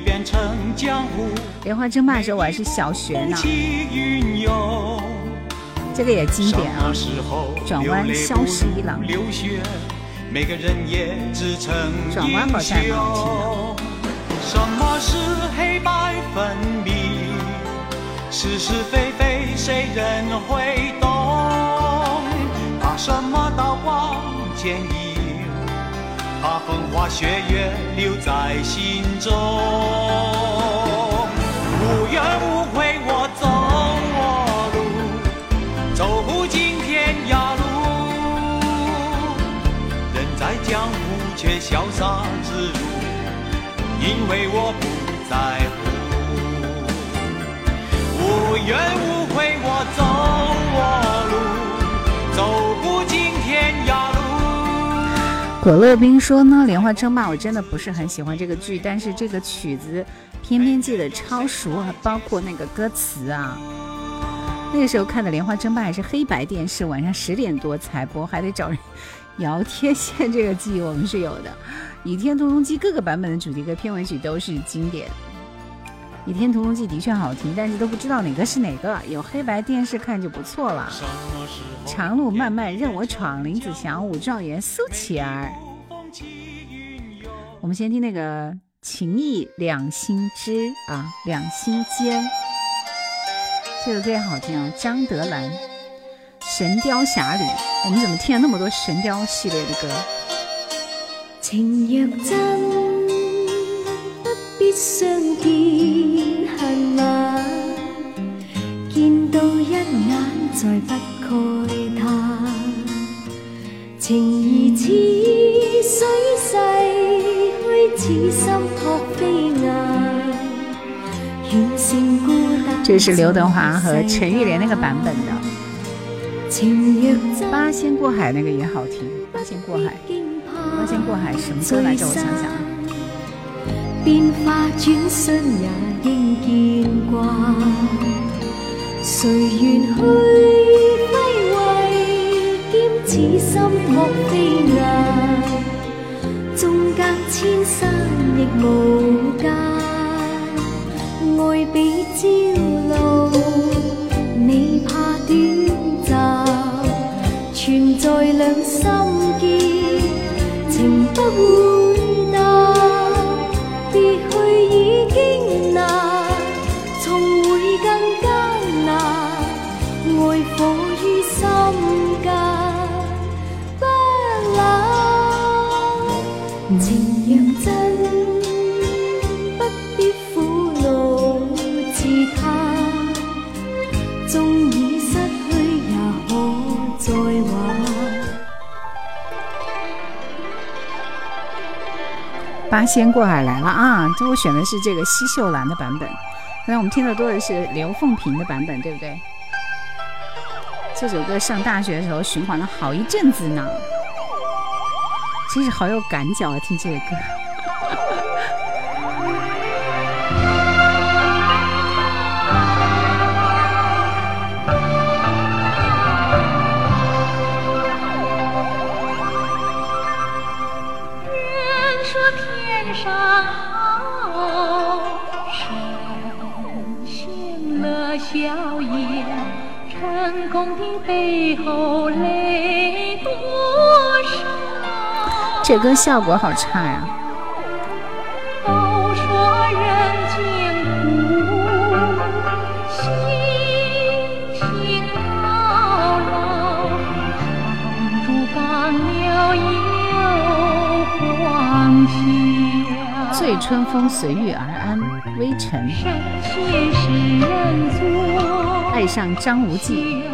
莲花争霸的时候我还是小学呢。这个也经典啊，转弯消失一郎。 每个人也只曾转弯好像蛮好听的。 什么是黑白分明？是是非非谁人会懂？怕什么刀光剑影？怕风花雪月留在心中。无怨无悔我走我路，走不尽天涯路。人在江湖却潇洒自如，因为我不在乎。无怨无悔我走我路，走不尽天涯路。 果乐冰说呢，莲花争霸我真的不是很喜欢这个剧，但是这个曲子偏偏记得超熟，包括那个歌词啊。那个时候看的莲花争霸还是黑白电视，晚上十点多才播，还得找人摇贴线，这个记忆我们是有的。倚天屠龙记各个版本的主题歌片尾曲都是经典。倚天屠龙记的确好听，但是都不知道哪个是哪个，有黑白电视看就不错了。长路漫漫任我闯，林子祥武状元苏乞儿。我们先听那个情义两心知啊，两心间，这个歌也好听啊。张德兰神雕侠侣，我们怎么听了那么多神雕系列的歌？ 情若真，不必相見恨晚，見到一眼再不慨嘆。情義似水逝去，似心託飛雁，遠勝孤單。 这是劉德華和陳玉蓮那個版本的。八仙過海那個也好聽，八仙過海。八仙過海什麼歌來着？我想想。 變化轉身也應見慣，誰願去揮慧，兼此心託飛雁，縱隔千山亦無間，愛比朝露，你怕短暫，存在兩心結，情不會淡，別去已經難，重會更艱難，愛火於心間不冷，情若真不必苦惱自嘆，縱已失去也可再挽。 八仙过海来了啊！这我选的是这个奚秀兰的版本，刚才我们听的多的是刘凤萍的版本，对不对？这首歌上大学的时候循环了好一阵子呢，真是好有感脚啊！听这个歌。 笑颜，成功的背后泪多少？ 这歌效果好差呀！ 都说人间苦，辛辛劳劳，长住干了又黄萧。 醉春风随遇而安，微尘。爱上张无忌，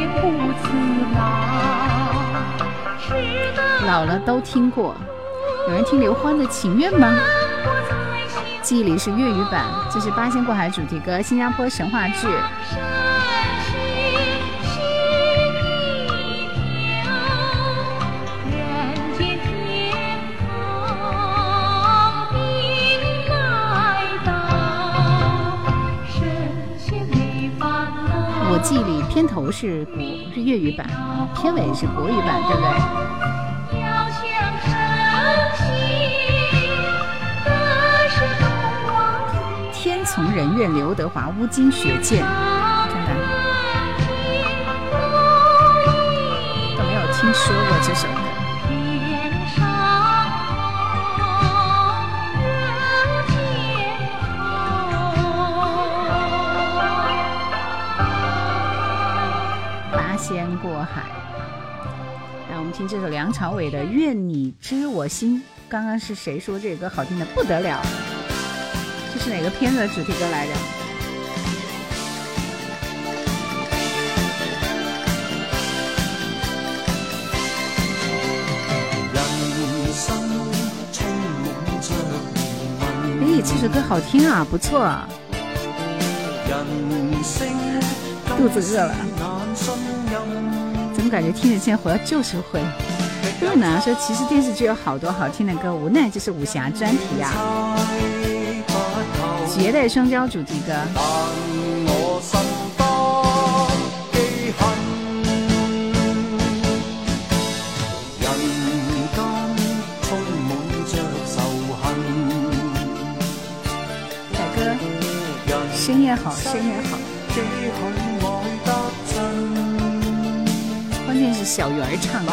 老了都听过。有人听刘欢的《情愿》吗？记忆里是粤语版，这是八仙过海主题歌，新加坡神话剧。我记忆里片头是国是粤语版，片尾是国语版，对不对？ 人怨，刘德华《乌金雪见》，看看都没有听说过这首歌。八仙过海。来，我们听这首梁朝伟的《愿你知我心》。刚刚是谁说这个歌好听的不得了？这是哪个片子的主题歌来着？咦，这首歌好听啊，不错啊。肚子饿了，怎么感觉听着现在回到旧社会？因为呢说其实电视剧有好多好听的歌，无奈就是武侠专题啊。绝代双骄主题歌。改歌，声也好，声也好。关键是小鱼儿唱的。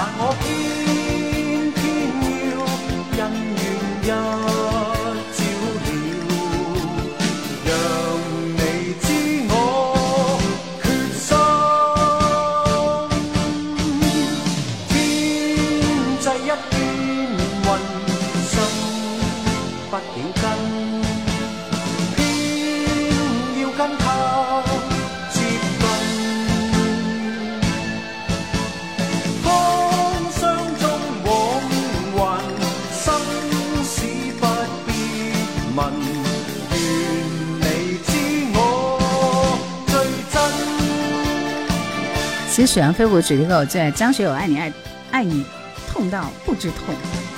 其实《雪阳飞舞》主题歌我最爱，张学友爱你爱爱你痛到不知痛。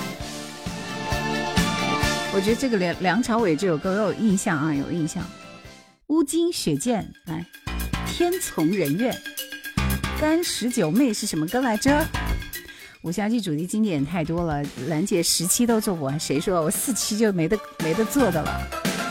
我觉得这个梁梁朝伟这首歌我有印象啊，有印象。乌金雪见，来，天从人愿。干十九妹是什么歌来着？武侠剧主题经典太多了，兰姐十期都做不完，谁说我四期就没得没得做的了？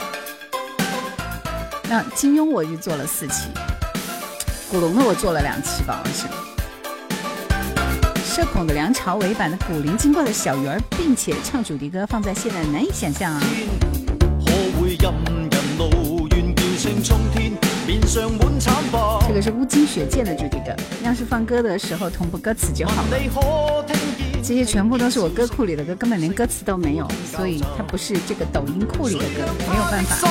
那金庸我就做了四期。古龙的我做了两期吧，好像社恐的梁朝伟版的古灵精怪的小鱼儿，并且唱主题歌放在现在难以想象啊。这个是乌金雪见的主题歌，要是放歌的时候同步歌词就好了。这些全部都是我歌库里的歌，根本连歌词都没有，所以它不是这个抖音库里的歌，没有办法。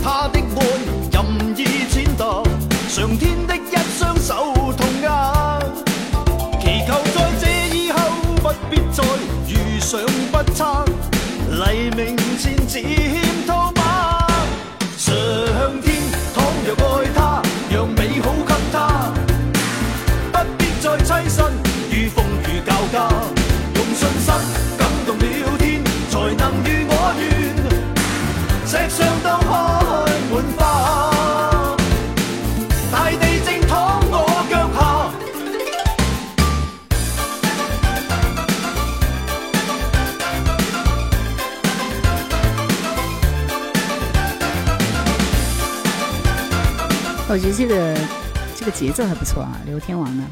上天的一雙手痛握，祈求在這以後不必再遇上不測，黎明前漸透白。上天倘若愛他，讓美好給他，不必再棲身於風雨交加，用信心感動了天，才能與我願，石上都開滿花。大地正躺我腳下，我觉得这个这个节奏还不错啊，刘天王呢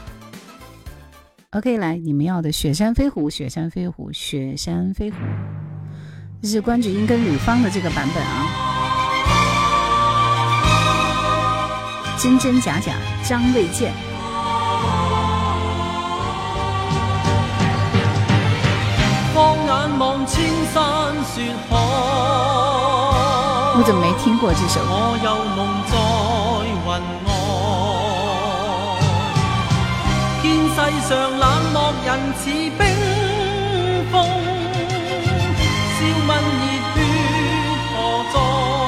？OK， 来，你们要的《雪山飞狐》，雪山飞狐，雪山飞狐，这是关菊英跟吕方的这个版本啊。真真假假，张卫健。放眼望千山雪海，我怎么没听过这首？我有夢在雲外，見世上冷漠人似冰封，笑問熱血何在？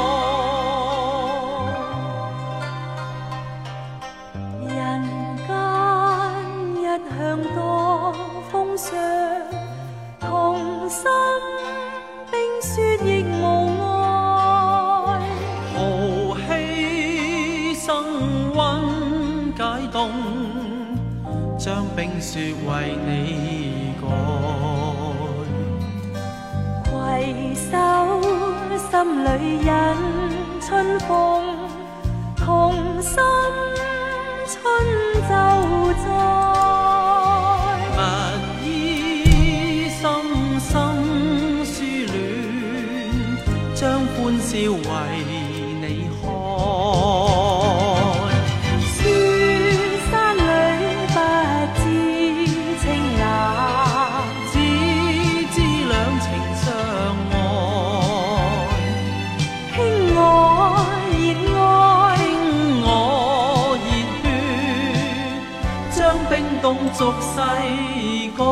上同心冰雪亦無愛，豪氣生溫解凍，將冰雪為你改，攜手心裏印春風同心春就在。 勿依心心思戀，將歡笑為你看。 書山裏不知情難， 只知兩情相愛。 輕我熱愛， 傾我熱血，將冰凍俗世改。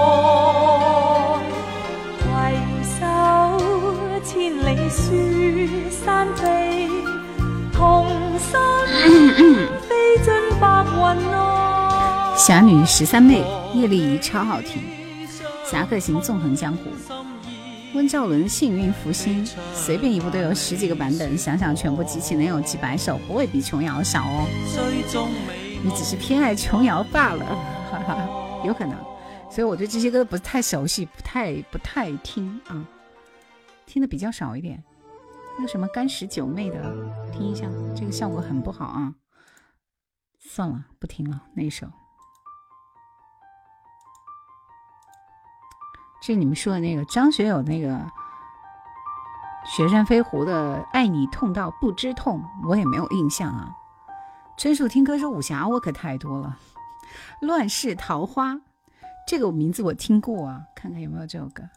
攜手千里書山飛，同心飛進白雲內。 侠女十三妹，叶丽仪超好听。侠客行纵横江湖，温兆伦幸运福星，随便一部都有十几个版本，想想全部集齐能有几百首，不会比琼瑶少哦。你只是偏爱琼瑶罢了，哈哈，有可能。所以我对这些歌不太熟悉，不太不太听啊，听的比较少一点。那个什么干石九妹的，听一下，这个效果很不好啊。算了，不听了那一首。这你们说的那个张学友那个雪山飞狐的爱你痛到不知痛，我也没有印象啊。专属听歌说武侠我可太多了。乱世桃花这个名字我听过啊，看看有没有这首歌。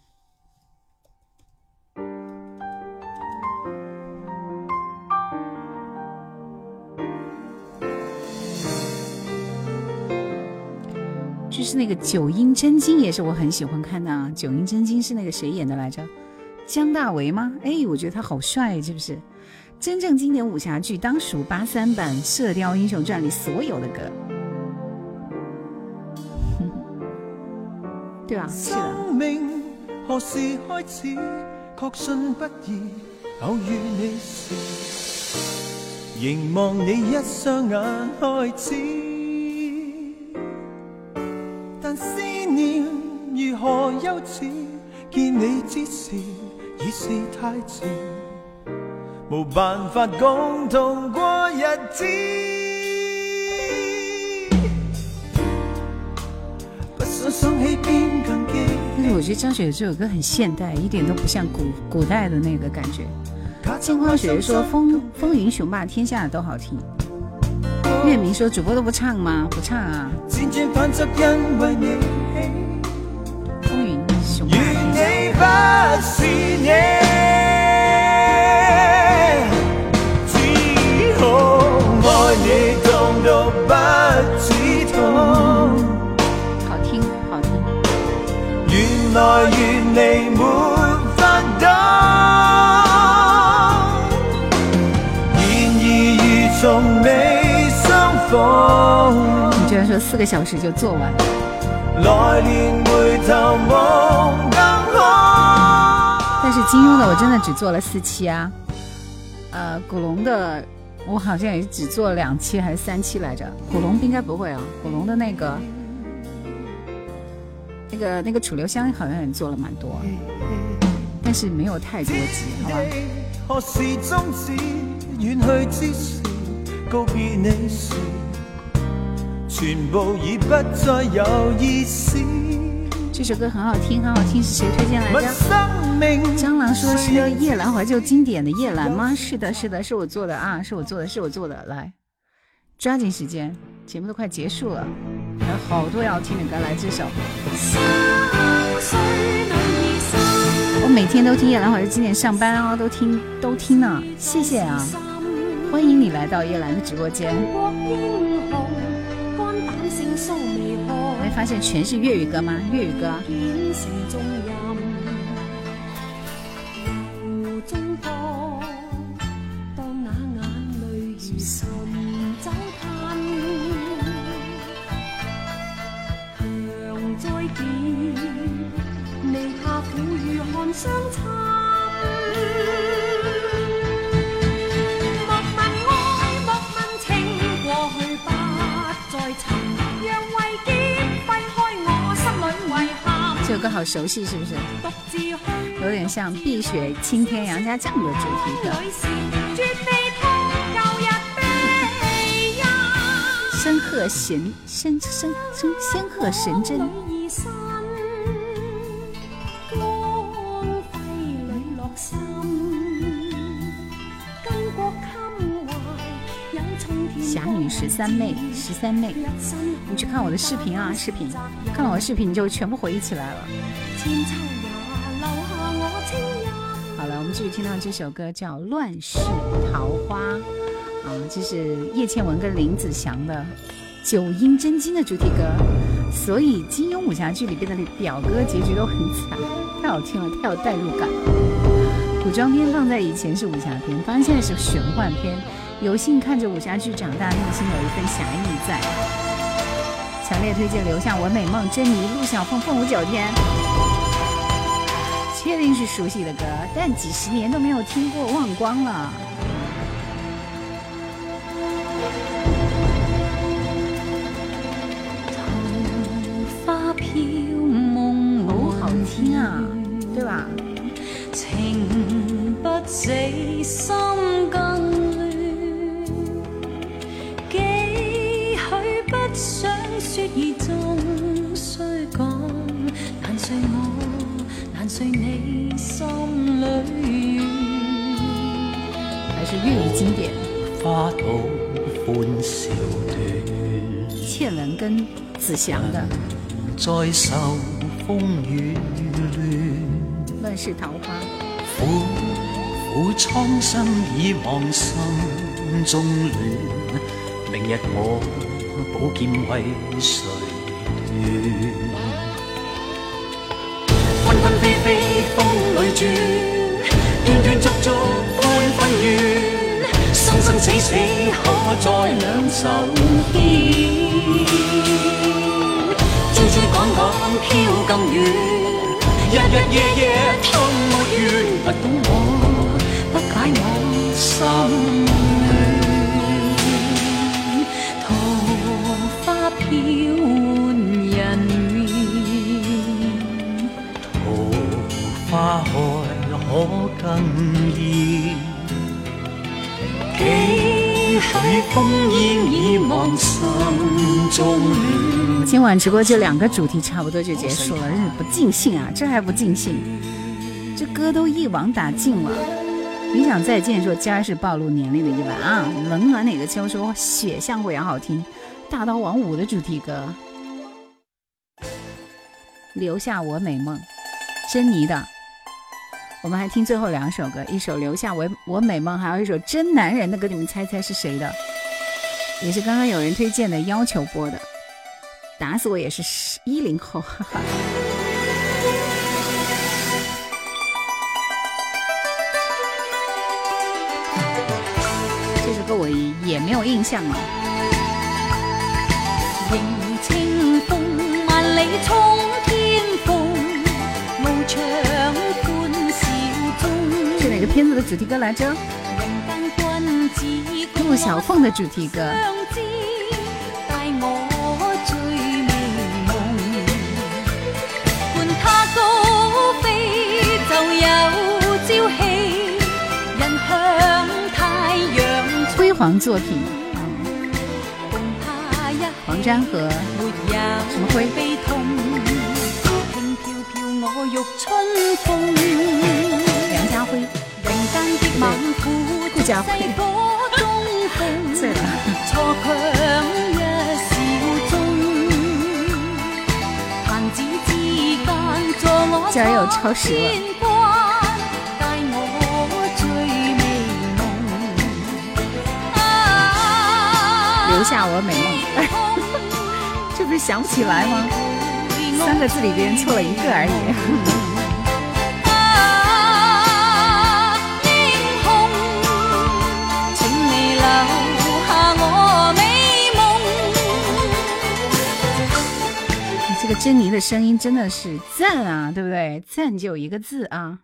就是那个九阴真经也是我很喜欢看的啊。九阴真经是那个谁演的来着？姜大为吗？哎，我觉得他好帅，是不是？真正经典武侠剧当属八三版《射雕英雄传》里所有的歌，对吧？是的。 生命何時開始？確信不易偶遇你時，凝望你一雙眼開始。但思念如何幼稚，見你之時已是太遲，無辦法共同過日子。不想想起邊更記。 但是我覺得張學友這首歌很現代，一點都不像古古代的那個感覺。鏡花雪月說風風雲雄霸天下都好聽。月明說主播都不唱嗎？不唱啊。 輾轉反側因為你風雲雄霸願你不是你，只好愛你痛到不止痛。 好聽好聽。 原來原離沒法擋，然而如從未相逢。 你居然說四個小時就做完了。 來年回頭望更好。 但是金庸的我真的只做了四期啊，呃，古龍的我好像也只做了兩期還是三期來着。古龍應該不會啊，古龍的那個那個那個楚留香好像也做了蠻多，但是沒有太多集，好吧。 何時終止遠去之時，告別你時，全部已不再有意思。 這首歌很好聽，很好聽，是誰推薦來着？蟑螂說是那個夜蘭懷舊經典的夜蘭嗎？是的，是的，是我做的啊，是我做的，是我做的。來，抓緊時間，節目都快結束了，還有好多要聽的歌，來這首。我每天都聽夜蘭懷舊經典上班哦，都聽都聽呢，謝謝啊，歡迎你來到夜蘭的直播間。沒發現全是粵語歌嗎？粵語歌。 歌好熟悉，是不是？有点像《碧血青天杨家将》的主题歌。仙鹤神神神神仙鹤神针。侠女十三妹，十三妹，你去看我的视频啊，视频，看了我的视频你就全部回忆起来了。好了，我们继续听到这首歌叫《乱世桃花》啊，这是叶倩文跟林子祥的《九阴真经》的主题歌，所以金庸武侠剧里边的表哥结局都很惨，太好听了，太有代入感了。古装片放在以前是武侠片，放在现在是玄幻片。有幸看着武侠剧长大，内心有一份侠义在。强烈推荐留下我美梦，珍妮、陆小凤、凤舞九天，确定是熟悉的歌，但几十年都没有听过，忘光了。 头花飘梦哦，好听啊，对吧？ 情不死，心更想說意終須講，難睡我，難睡你心裏。 還是粵語經典。 花島歡笑斷， 切倫跟子祥的。 再受風雨亂， 亂世桃花。 苦苦蒼生已忘心中亂，明日我寶劍為誰斷？分分飛飛風裏轉，斷斷續續歡紛怨，生生死死可在兩手牽，追追趕趕飄更遠，日日夜夜通沒完，不懂我，不解我心。飄換人面，桃花開可更豔，幾許烽煙已忘心中亂。 今晚直播就两个主题差不多就结束了，不尽兴啊，这还不尽兴？这歌都一网打尽了。你想再见说今儿是暴露年龄的一晚啊，冷暖哪个秋说雪像会也好听。大刀王五的主题歌，留下我美梦，珍妮的。我们还听最后两首歌，一首留下我我美梦，还有一首真男人的歌，你们猜猜是谁的？也是刚刚有人推荐的要求播的，打死我也是一零后，哈哈。这首歌我也没有印象了。 迎清風，萬里衝天鳳，無長歡笑中。 是哪個片子的主題歌來着？陸小鳳的主題歌。 帶我醉美夢，伴他高飛就有朝氣，人向太陽。 輝煌作品。黃沾和什麼輝？梁家輝、顧家輝，醉了。竟然有超时了。留下我美夢。这不是想不起来吗？三个字里边错了一个而已。你这个珍妮的声音真的是赞啊，对不对？赞就一个字啊。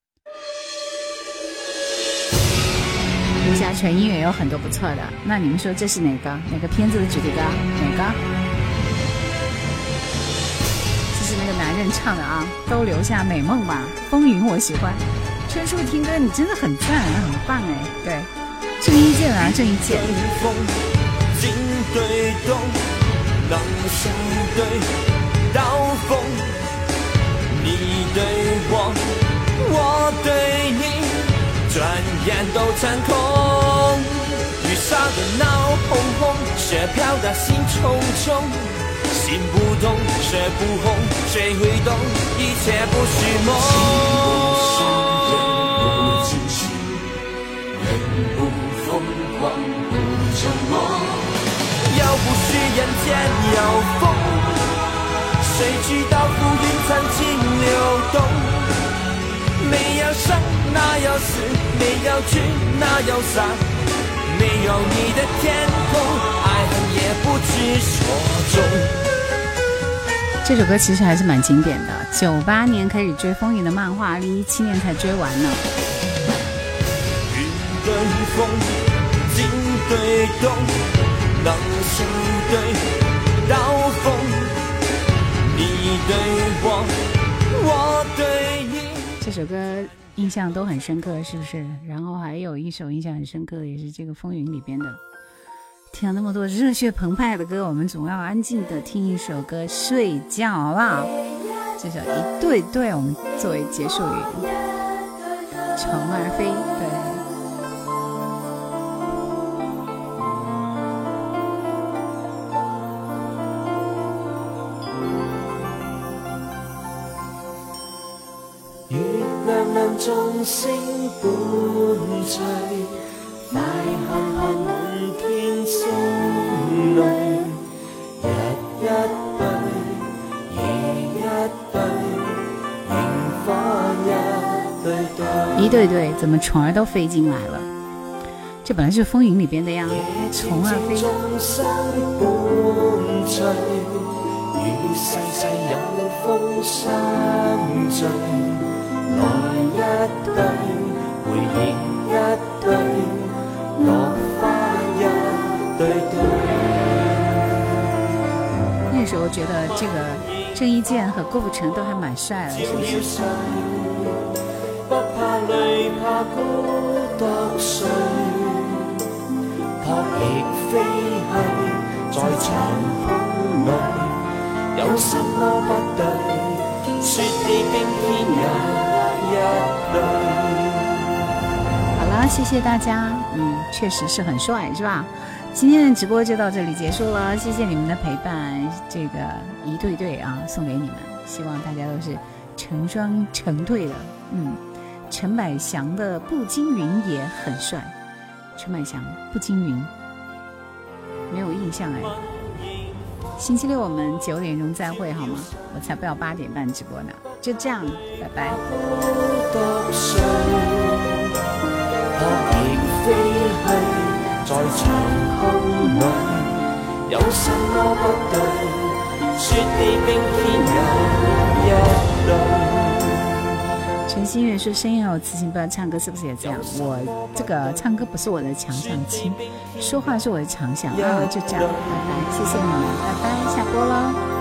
武侠纯音乐有很多不错的，那你们说这是哪个哪个片子的主题歌？哪个？这是那个男人人唱的啊，都留下美梦吧。风云我喜欢，春树听歌你真的很赞，很棒哎。对，郑伊健啊，郑伊健。 风景对动，能相对刀锋，你对我，我对你，转眼都成空。雨下的闹哄哄，雪飘的心冲冲，心不动，雪不红，谁会懂？一切不是梦。人不惊醒，人不疯狂，不沉默。要不是人间有风，谁知道浮云曾经流动？没有生，哪有死？没有聚，哪有散？没有你的天空，爱恨也不知所终。 这首歌其实还是蛮经典的，九八年开始追风云的漫画，零一七年才追完呢。 云对风，景对动，能相对刀锋，你对我，我对你。 这首歌印象都很深刻，是不是？然后还有一首印象很深刻的，也是这个风云里边的。听了那么多热血澎湃的歌，我们总要安静的听一首歌睡觉，好不好？这首一对对，我们作为结束语。虫儿飞，对。 眾星伴隨，大看看滿天星淚，日一對，夜一對，螢花一對對。 一對對，怎麼蟲兒都飛進來了？這本來是風雲裡邊的呀，蟲兒飛。 眾星伴隨，與世世有風相聚。來一對，回應一對，落花一對對。 那時候覺得這個鄭伊健和郭富城都還蠻帥的，是不是？ 不怕累，怕孤獨睡，撲翼飛去，在長空裏，有什麼不對？雪地冰天也。 好了，謝謝大家。嗯，確實是很帥，是吧？今天的直播就到這裡結束了，謝謝你們的陪伴。這個一對對啊，送給你們，希望大家都是成雙成對的。嗯，陳百祥的步驚雲也很帥。陳百祥步驚雲沒有印象哎。星期六我們九點鐘再會好嗎？我才不要八點半直播呢。就這樣，拜拜。 撲翼飛去，在長空裏，有什麼不對？雪地冰天也一對。 陳希月說聲音很有磁性，不知道唱歌是不是也這樣？我這個唱歌不是我的強項，說話是我的強項啊，就這樣，拜拜，謝謝你們，拜拜，下播了。